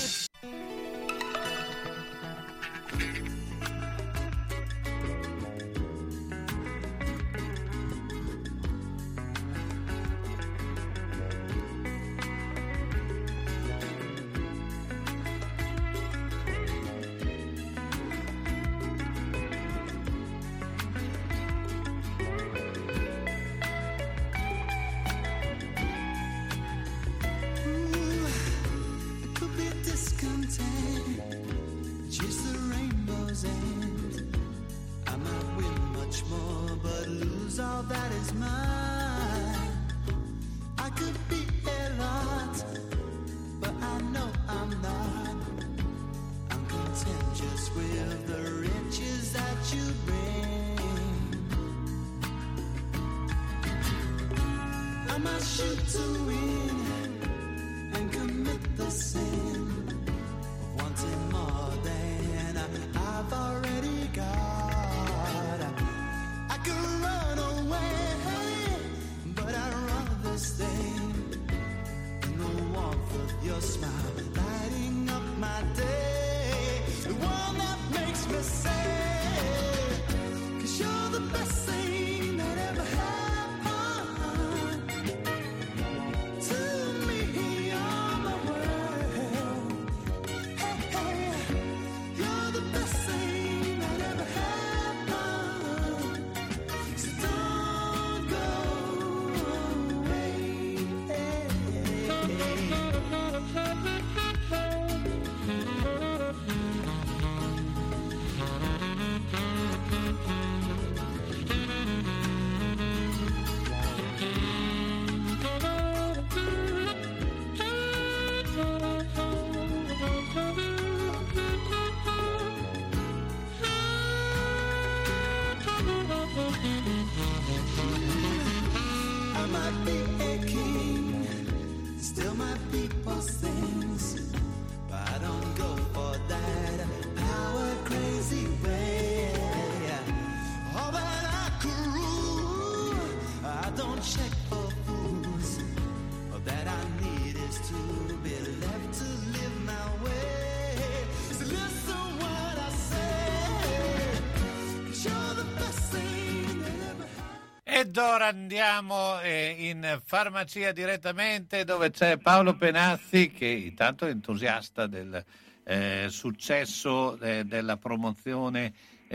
[SPEAKER 2] Ed ora andiamo eh, in farmacia direttamente, dove c'è Paolo Penazzi, che intanto è entusiasta del eh, successo eh, della promozione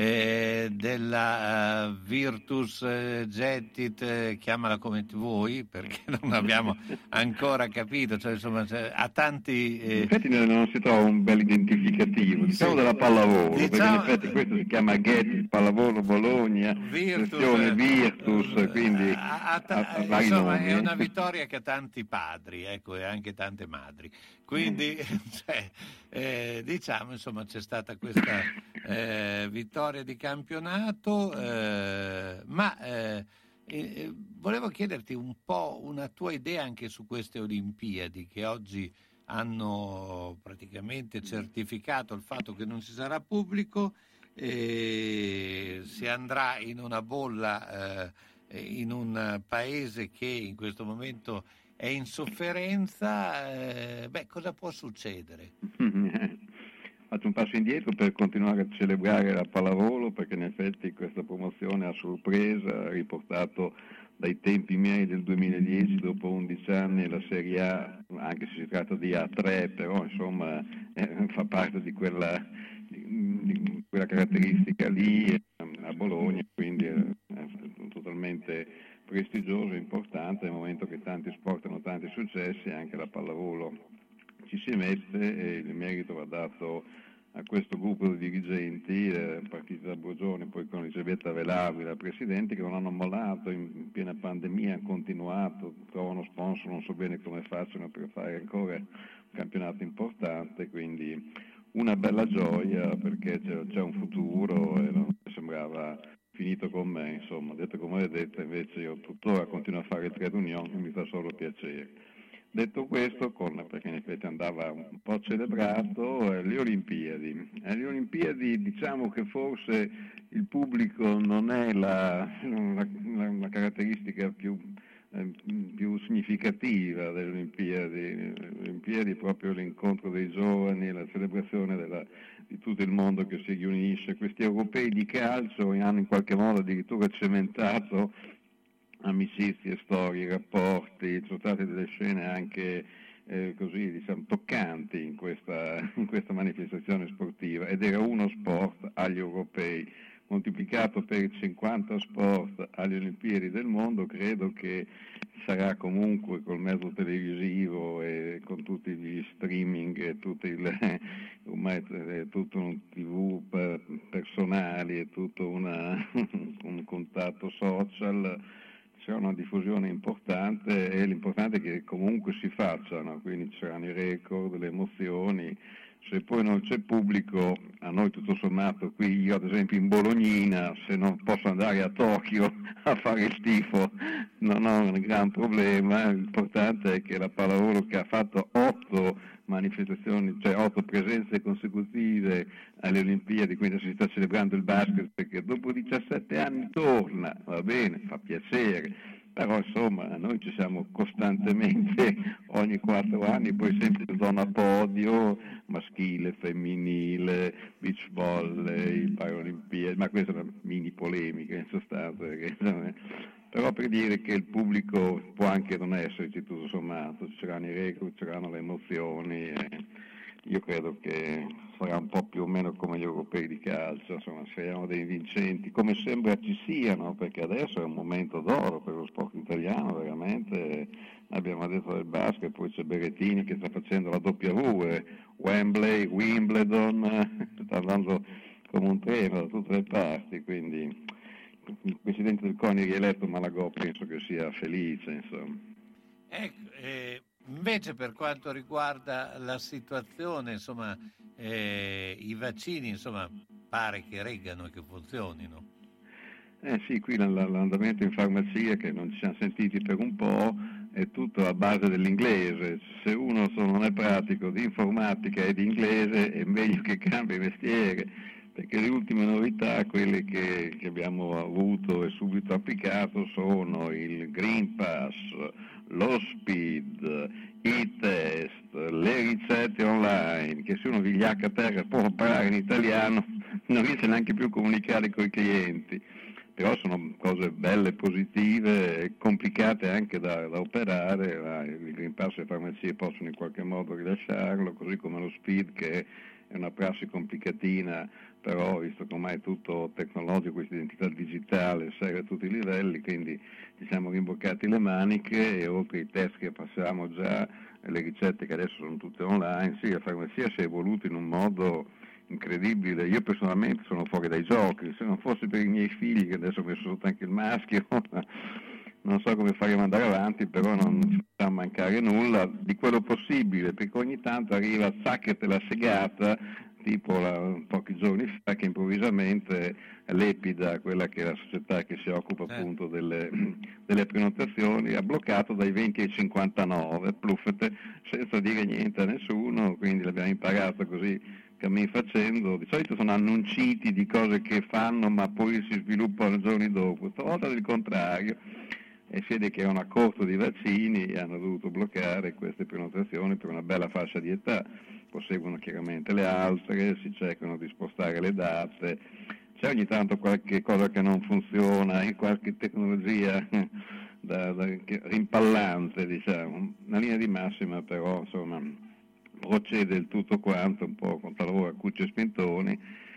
[SPEAKER 2] eh, della uh, Virtus eh, Jettit, eh, chiamala come ti vuoi, perché non abbiamo ancora capito, cioè, insomma, cioè, ha tanti... Eh...
[SPEAKER 14] In effetti non si trova un bel identificativo, diciamo sì, della pallavolo, diciamo... perché in effetti questo si chiama Gettit, pallavolo Bologna, sezione Virtus,
[SPEAKER 2] eh,
[SPEAKER 14] quindi
[SPEAKER 2] a, a, a, a vari insomma nomi. È una vittoria che ha tanti padri, ecco, e anche tante madri, quindi mm. cioè, eh, diciamo, insomma, c'è stata questa eh, vittoria di campionato, eh, ma eh, eh, volevo chiederti un po' una tua idea anche su queste Olimpiadi che oggi hanno praticamente certificato il fatto che non ci sarà pubblico, eh, si andrà in una bolla eh, in un paese che in questo momento è in sofferenza, eh, beh, cosa può succedere?
[SPEAKER 14] Ma faccio un passo indietro per continuare a celebrare la pallavolo, perché in effetti questa promozione a sorpresa ha riportato dai tempi miei del duemiladieci, dopo undici anni, la Serie A, anche se si tratta di A tre, però insomma eh, fa parte di quella, di, di quella caratteristica lì eh, a Bologna, quindi è, è totalmente prestigioso e importante nel momento che tanti sport hanno tanti successi, anche la pallavolo ci si mette, e il merito va dato a questo gruppo di dirigenti, eh, partiti da Burgioni, poi con Elisabetta Velavi, la Presidente, che non hanno mollato, in piena pandemia hanno continuato, trovano sponsor, non so bene come facciano per fare ancora un campionato importante, quindi una bella gioia perché c'è, c'è un futuro e non sembrava finito con me, insomma, detto come vedete, invece io tuttora continuo a fare il trade union e mi fa solo piacere. Detto questo, con, perché in effetti andava un po' celebrato, eh, le Olimpiadi. Eh, le Olimpiadi, diciamo che forse il pubblico non è la, la, la, la caratteristica più, eh, più significativa delle Olimpiadi. Le Olimpiadi è proprio l'incontro dei giovani, la celebrazione della, di tutto il mondo che si riunisce. Questi europei di calcio hanno in qualche modo addirittura cementato amicizie, storie, rapporti, ci sono state delle scene anche eh, così diciamo toccanti in questa, in questa manifestazione sportiva, ed era uno sport agli europei, moltiplicato per cinquanta sport alle Olimpiadi del mondo. Credo che sarà comunque col mezzo televisivo e con tutti gli streaming e tutti il, ormai è tutto un tivù personali e tutto una, un contatto social, c'è una diffusione importante, e l'importante è che comunque si facciano, quindi ci saranno i record, le emozioni. Se poi non c'è pubblico, a noi tutto sommato, qui io ad esempio in Bolognina, se non posso andare a Tokyo a fare il tifo, non ho un gran problema. L'importante è che la pallavolo, che ha fatto otto manifestazioni, cioè otto presenze consecutive alle Olimpiadi, quindi si sta celebrando il basket, perché dopo diciassette anni torna, va bene, fa piacere, però insomma noi ci siamo costantemente ogni quattro anni, poi sempre donna a podio, maschile, femminile, beach volley, Paralimpiadi, ma questa è una mini polemica in sostanza, perché, però per dire che il pubblico può anche non esserci tutto sommato, ci saranno i record, ci saranno le emozioni, e io credo che sarà un po' più o meno come gli europei di calcio, insomma saremo dei vincenti, come sembra ci siano, perché adesso è un momento d'oro per lo sport italiano, veramente. Abbiamo detto del basket, poi c'è Berrettini che sta facendo la W, Wembley, Wimbledon, sta andando come un treno da tutte le parti, quindi il presidente del CONI rieletto Malagò penso che sia felice, insomma.
[SPEAKER 2] Ecco, eh, invece per quanto riguarda la situazione, insomma, eh, i vaccini, insomma, pare che reggano e che funzionino.
[SPEAKER 14] Eh sì, qui l'andamento in farmacia, che non ci siamo sentiti per un po', è tutto a base dell'inglese. Se uno non è pratico di informatica e di inglese è meglio che cambi mestiere, perché le ultime novità, quelle che, che abbiamo avuto e subito applicato, sono il Green Pass, lo Speed, i test, le ricette online, che se uno vigliacca a terra può parlare in italiano, non riesce neanche più a comunicare con i clienti. Però sono cose belle, positive, complicate anche da, da operare. Ma il Green Pass e le farmacie possono in qualche modo rilasciarlo, così come lo Speed, che è una prassi complicatina, però visto che ormai è tutto tecnologico, questa identità digitale serve a tutti i livelli, quindi ci siamo rimboccati le maniche, e oltre ai test che passavamo già, le ricette che adesso sono tutte online, sì, la farmacia si è evoluta in un modo incredibile. Io personalmente sono fuori dai giochi, se non fosse per i miei figli, che adesso ho messo sotto anche il maschio, non so come faremo andare avanti, però non ci fa mancare nulla di quello possibile, perché ogni tanto arriva zaccate la segata, tipo la, pochi giorni fa, che improvvisamente l'Epida, quella che è la società che si occupa appunto delle, delle prenotazioni, ha bloccato dai venti ai cinquantanove, pluffete, senza dire niente a nessuno, quindi l'abbiamo imparato così cammin facendo. Di solito sono annunciti di cose che fanno, ma poi si sviluppano giorni dopo, stavolta il contrario, e si vede che è un accordo di vaccini e hanno dovuto bloccare queste prenotazioni per una bella fascia di età. proseguono chiaramente le altre, si cercano di spostare le date, c'è ogni tanto qualche cosa che non funziona, qualche tecnologia da, da, rimpallante, diciamo. Una linea di massima però, insomma, procede il tutto quanto un po' con talora cucci e spintoni,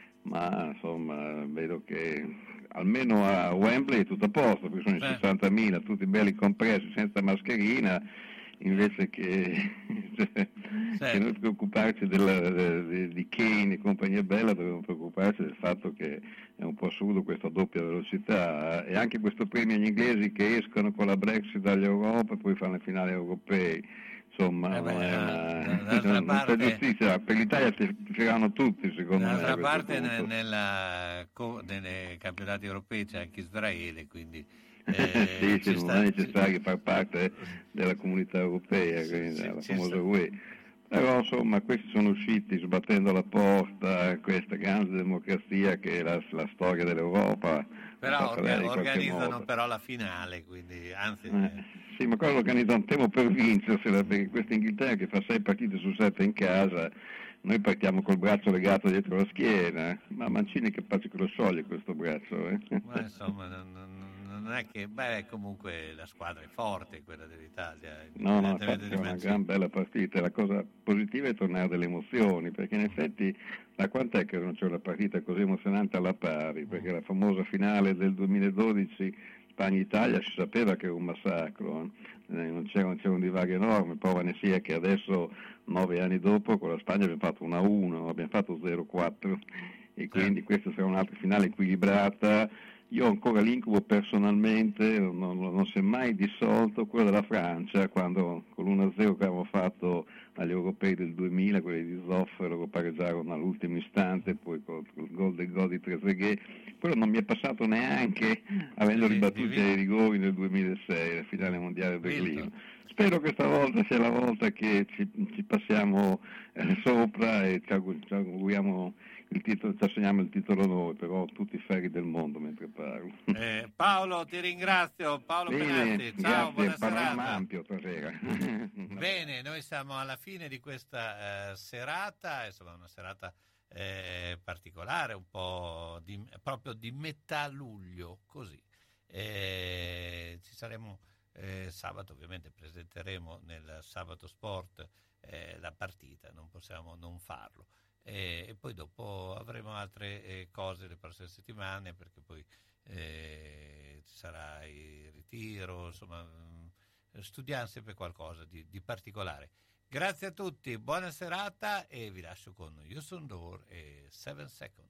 [SPEAKER 14] ma insomma vedo che almeno a Wembley è tutto a posto, perché sono in sessantamila, tutti belli compressi, senza mascherina, invece che, cioè, che noi preoccuparci della, de, di Kane e compagnia bella, dobbiamo preoccuparci del fatto che è un po' assurdo questa doppia velocità, e anche questo premio agli inglesi che escono con la Brexit dall'Europa e poi fanno le finali europei. Insomma, eh beh, non è una, non parte, c'è giustizia, per l'Italia tireranno tutti, secondo me.
[SPEAKER 2] D'altra parte nel, nella, nei campionati europei c'è anche Israele, quindi eh,
[SPEAKER 14] sì, sì, non
[SPEAKER 2] sta,
[SPEAKER 14] è necessario far parte della comunità europea, sì, quindi, sì, la famosa U E. Però insomma questi sono usciti sbattendo la porta, questa grande democrazia che è la, la storia dell'Europa.
[SPEAKER 2] Però orga, organizzano però la finale, quindi anzi...
[SPEAKER 14] Eh. Sì, ma cosa organizzano? Temo per vincersela, perché questa Inghilterra che fa sei partite su sette in casa, noi partiamo col braccio legato dietro la schiena, ma Mancini che pace che lo scioglie questo braccio. Eh?
[SPEAKER 2] Ma insomma, non, non, non è che, beh, comunque la squadra è forte, quella dell'Italia.
[SPEAKER 14] No, no, è una gran bella partita, la cosa positiva è tornare delle emozioni, perché in effetti da quant'è che non c'è una partita così emozionante alla pari, perché la famosa finale del duemiladodici Spagna-Italia si sapeva che era un massacro, eh? non, c'era, non c'era un divario enorme, prova ne sia che adesso, nove anni dopo, con la Spagna abbiamo fatto uno a uno, abbiamo fatto zero a quattro, e quindi questa sarà un'altra finale equilibrata. Io ho ancora l'incubo personalmente, non, non si è mai dissolto, quello della Francia, quando con l'uno a zero che avevamo fatto agli europei del duemila, quelli di Zoffero lo pareggiarono all'ultimo istante, poi con il gol del gol di Trezeguet, quello non mi è passato neanche avendo ribattuti ai rigori nel duemilasei, la finale mondiale del Berlino. Spero che stavolta sia la volta che ci, ci passiamo eh, sopra e ci auguriamo il titolo, ci assegniamo il titolo noi, però tutti i ferri del mondo mentre parlo.
[SPEAKER 2] Eh, Paolo, ti ringrazio. Paolo
[SPEAKER 14] Bene,
[SPEAKER 2] Penati, ciao, buona serata.
[SPEAKER 14] Ampio stasera.
[SPEAKER 2] Bene, noi siamo alla fine di questa eh, serata, insomma una serata eh, particolare, un po' di, proprio di metà luglio, così. Eh, ci saremo eh, sabato, ovviamente presenteremo nel Sabato Sport eh, la partita, non possiamo non farlo. E, e poi dopo avremo altre eh, cose le prossime settimane, perché poi eh, ci sarà il ritiro, insomma mh, studiamo sempre qualcosa di, di particolare. Grazie a tutti, buona serata e vi lascio con Houston Door e Seven Seconds.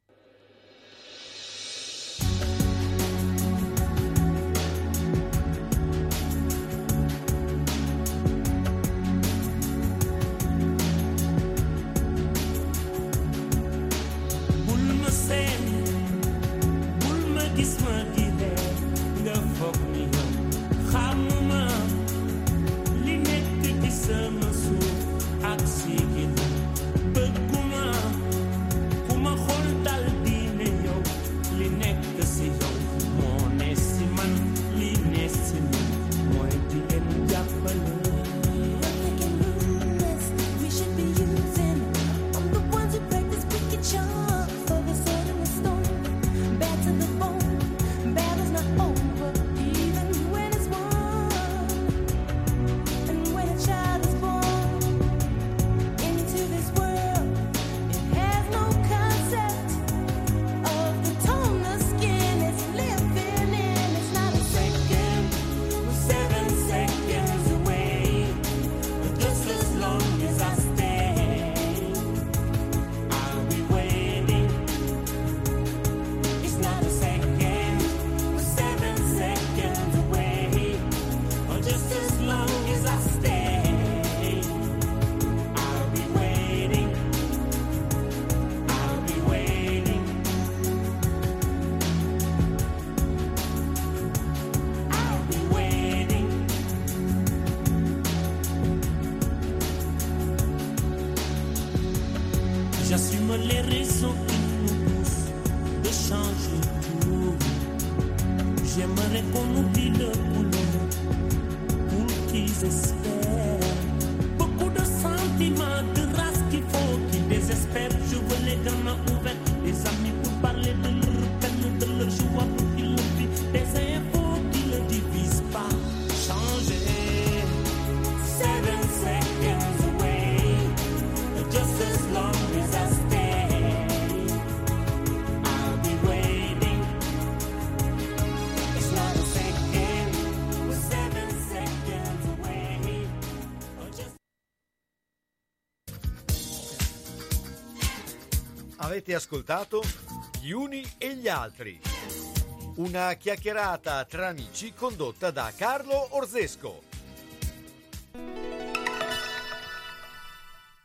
[SPEAKER 16] J'assume les raisons qui nous poussent de changer tout. J'aimerais qu'on oublie le boulot pour qu'ils espèrent. Beaucoup de sentiments, de race qui les gamins ouverts, des amis pour parler de leur peine, de leur joie pour qu'ils le vivent, des infos qui ne divisent pas. Changer. Seven seconds away, just as long as I stay, I'll be waiting. It's not a second, we're seven seconds away. Just...
[SPEAKER 8] Avete ascoltato Gli uni e gli altri, una chiacchierata tra amici condotta da Carlo Orzesco.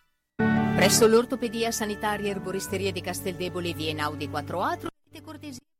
[SPEAKER 7] Presso l'Ortopedia Sanitaria Erboristeria di Casteldebole, via Einaudi quattro A, trovate cortesia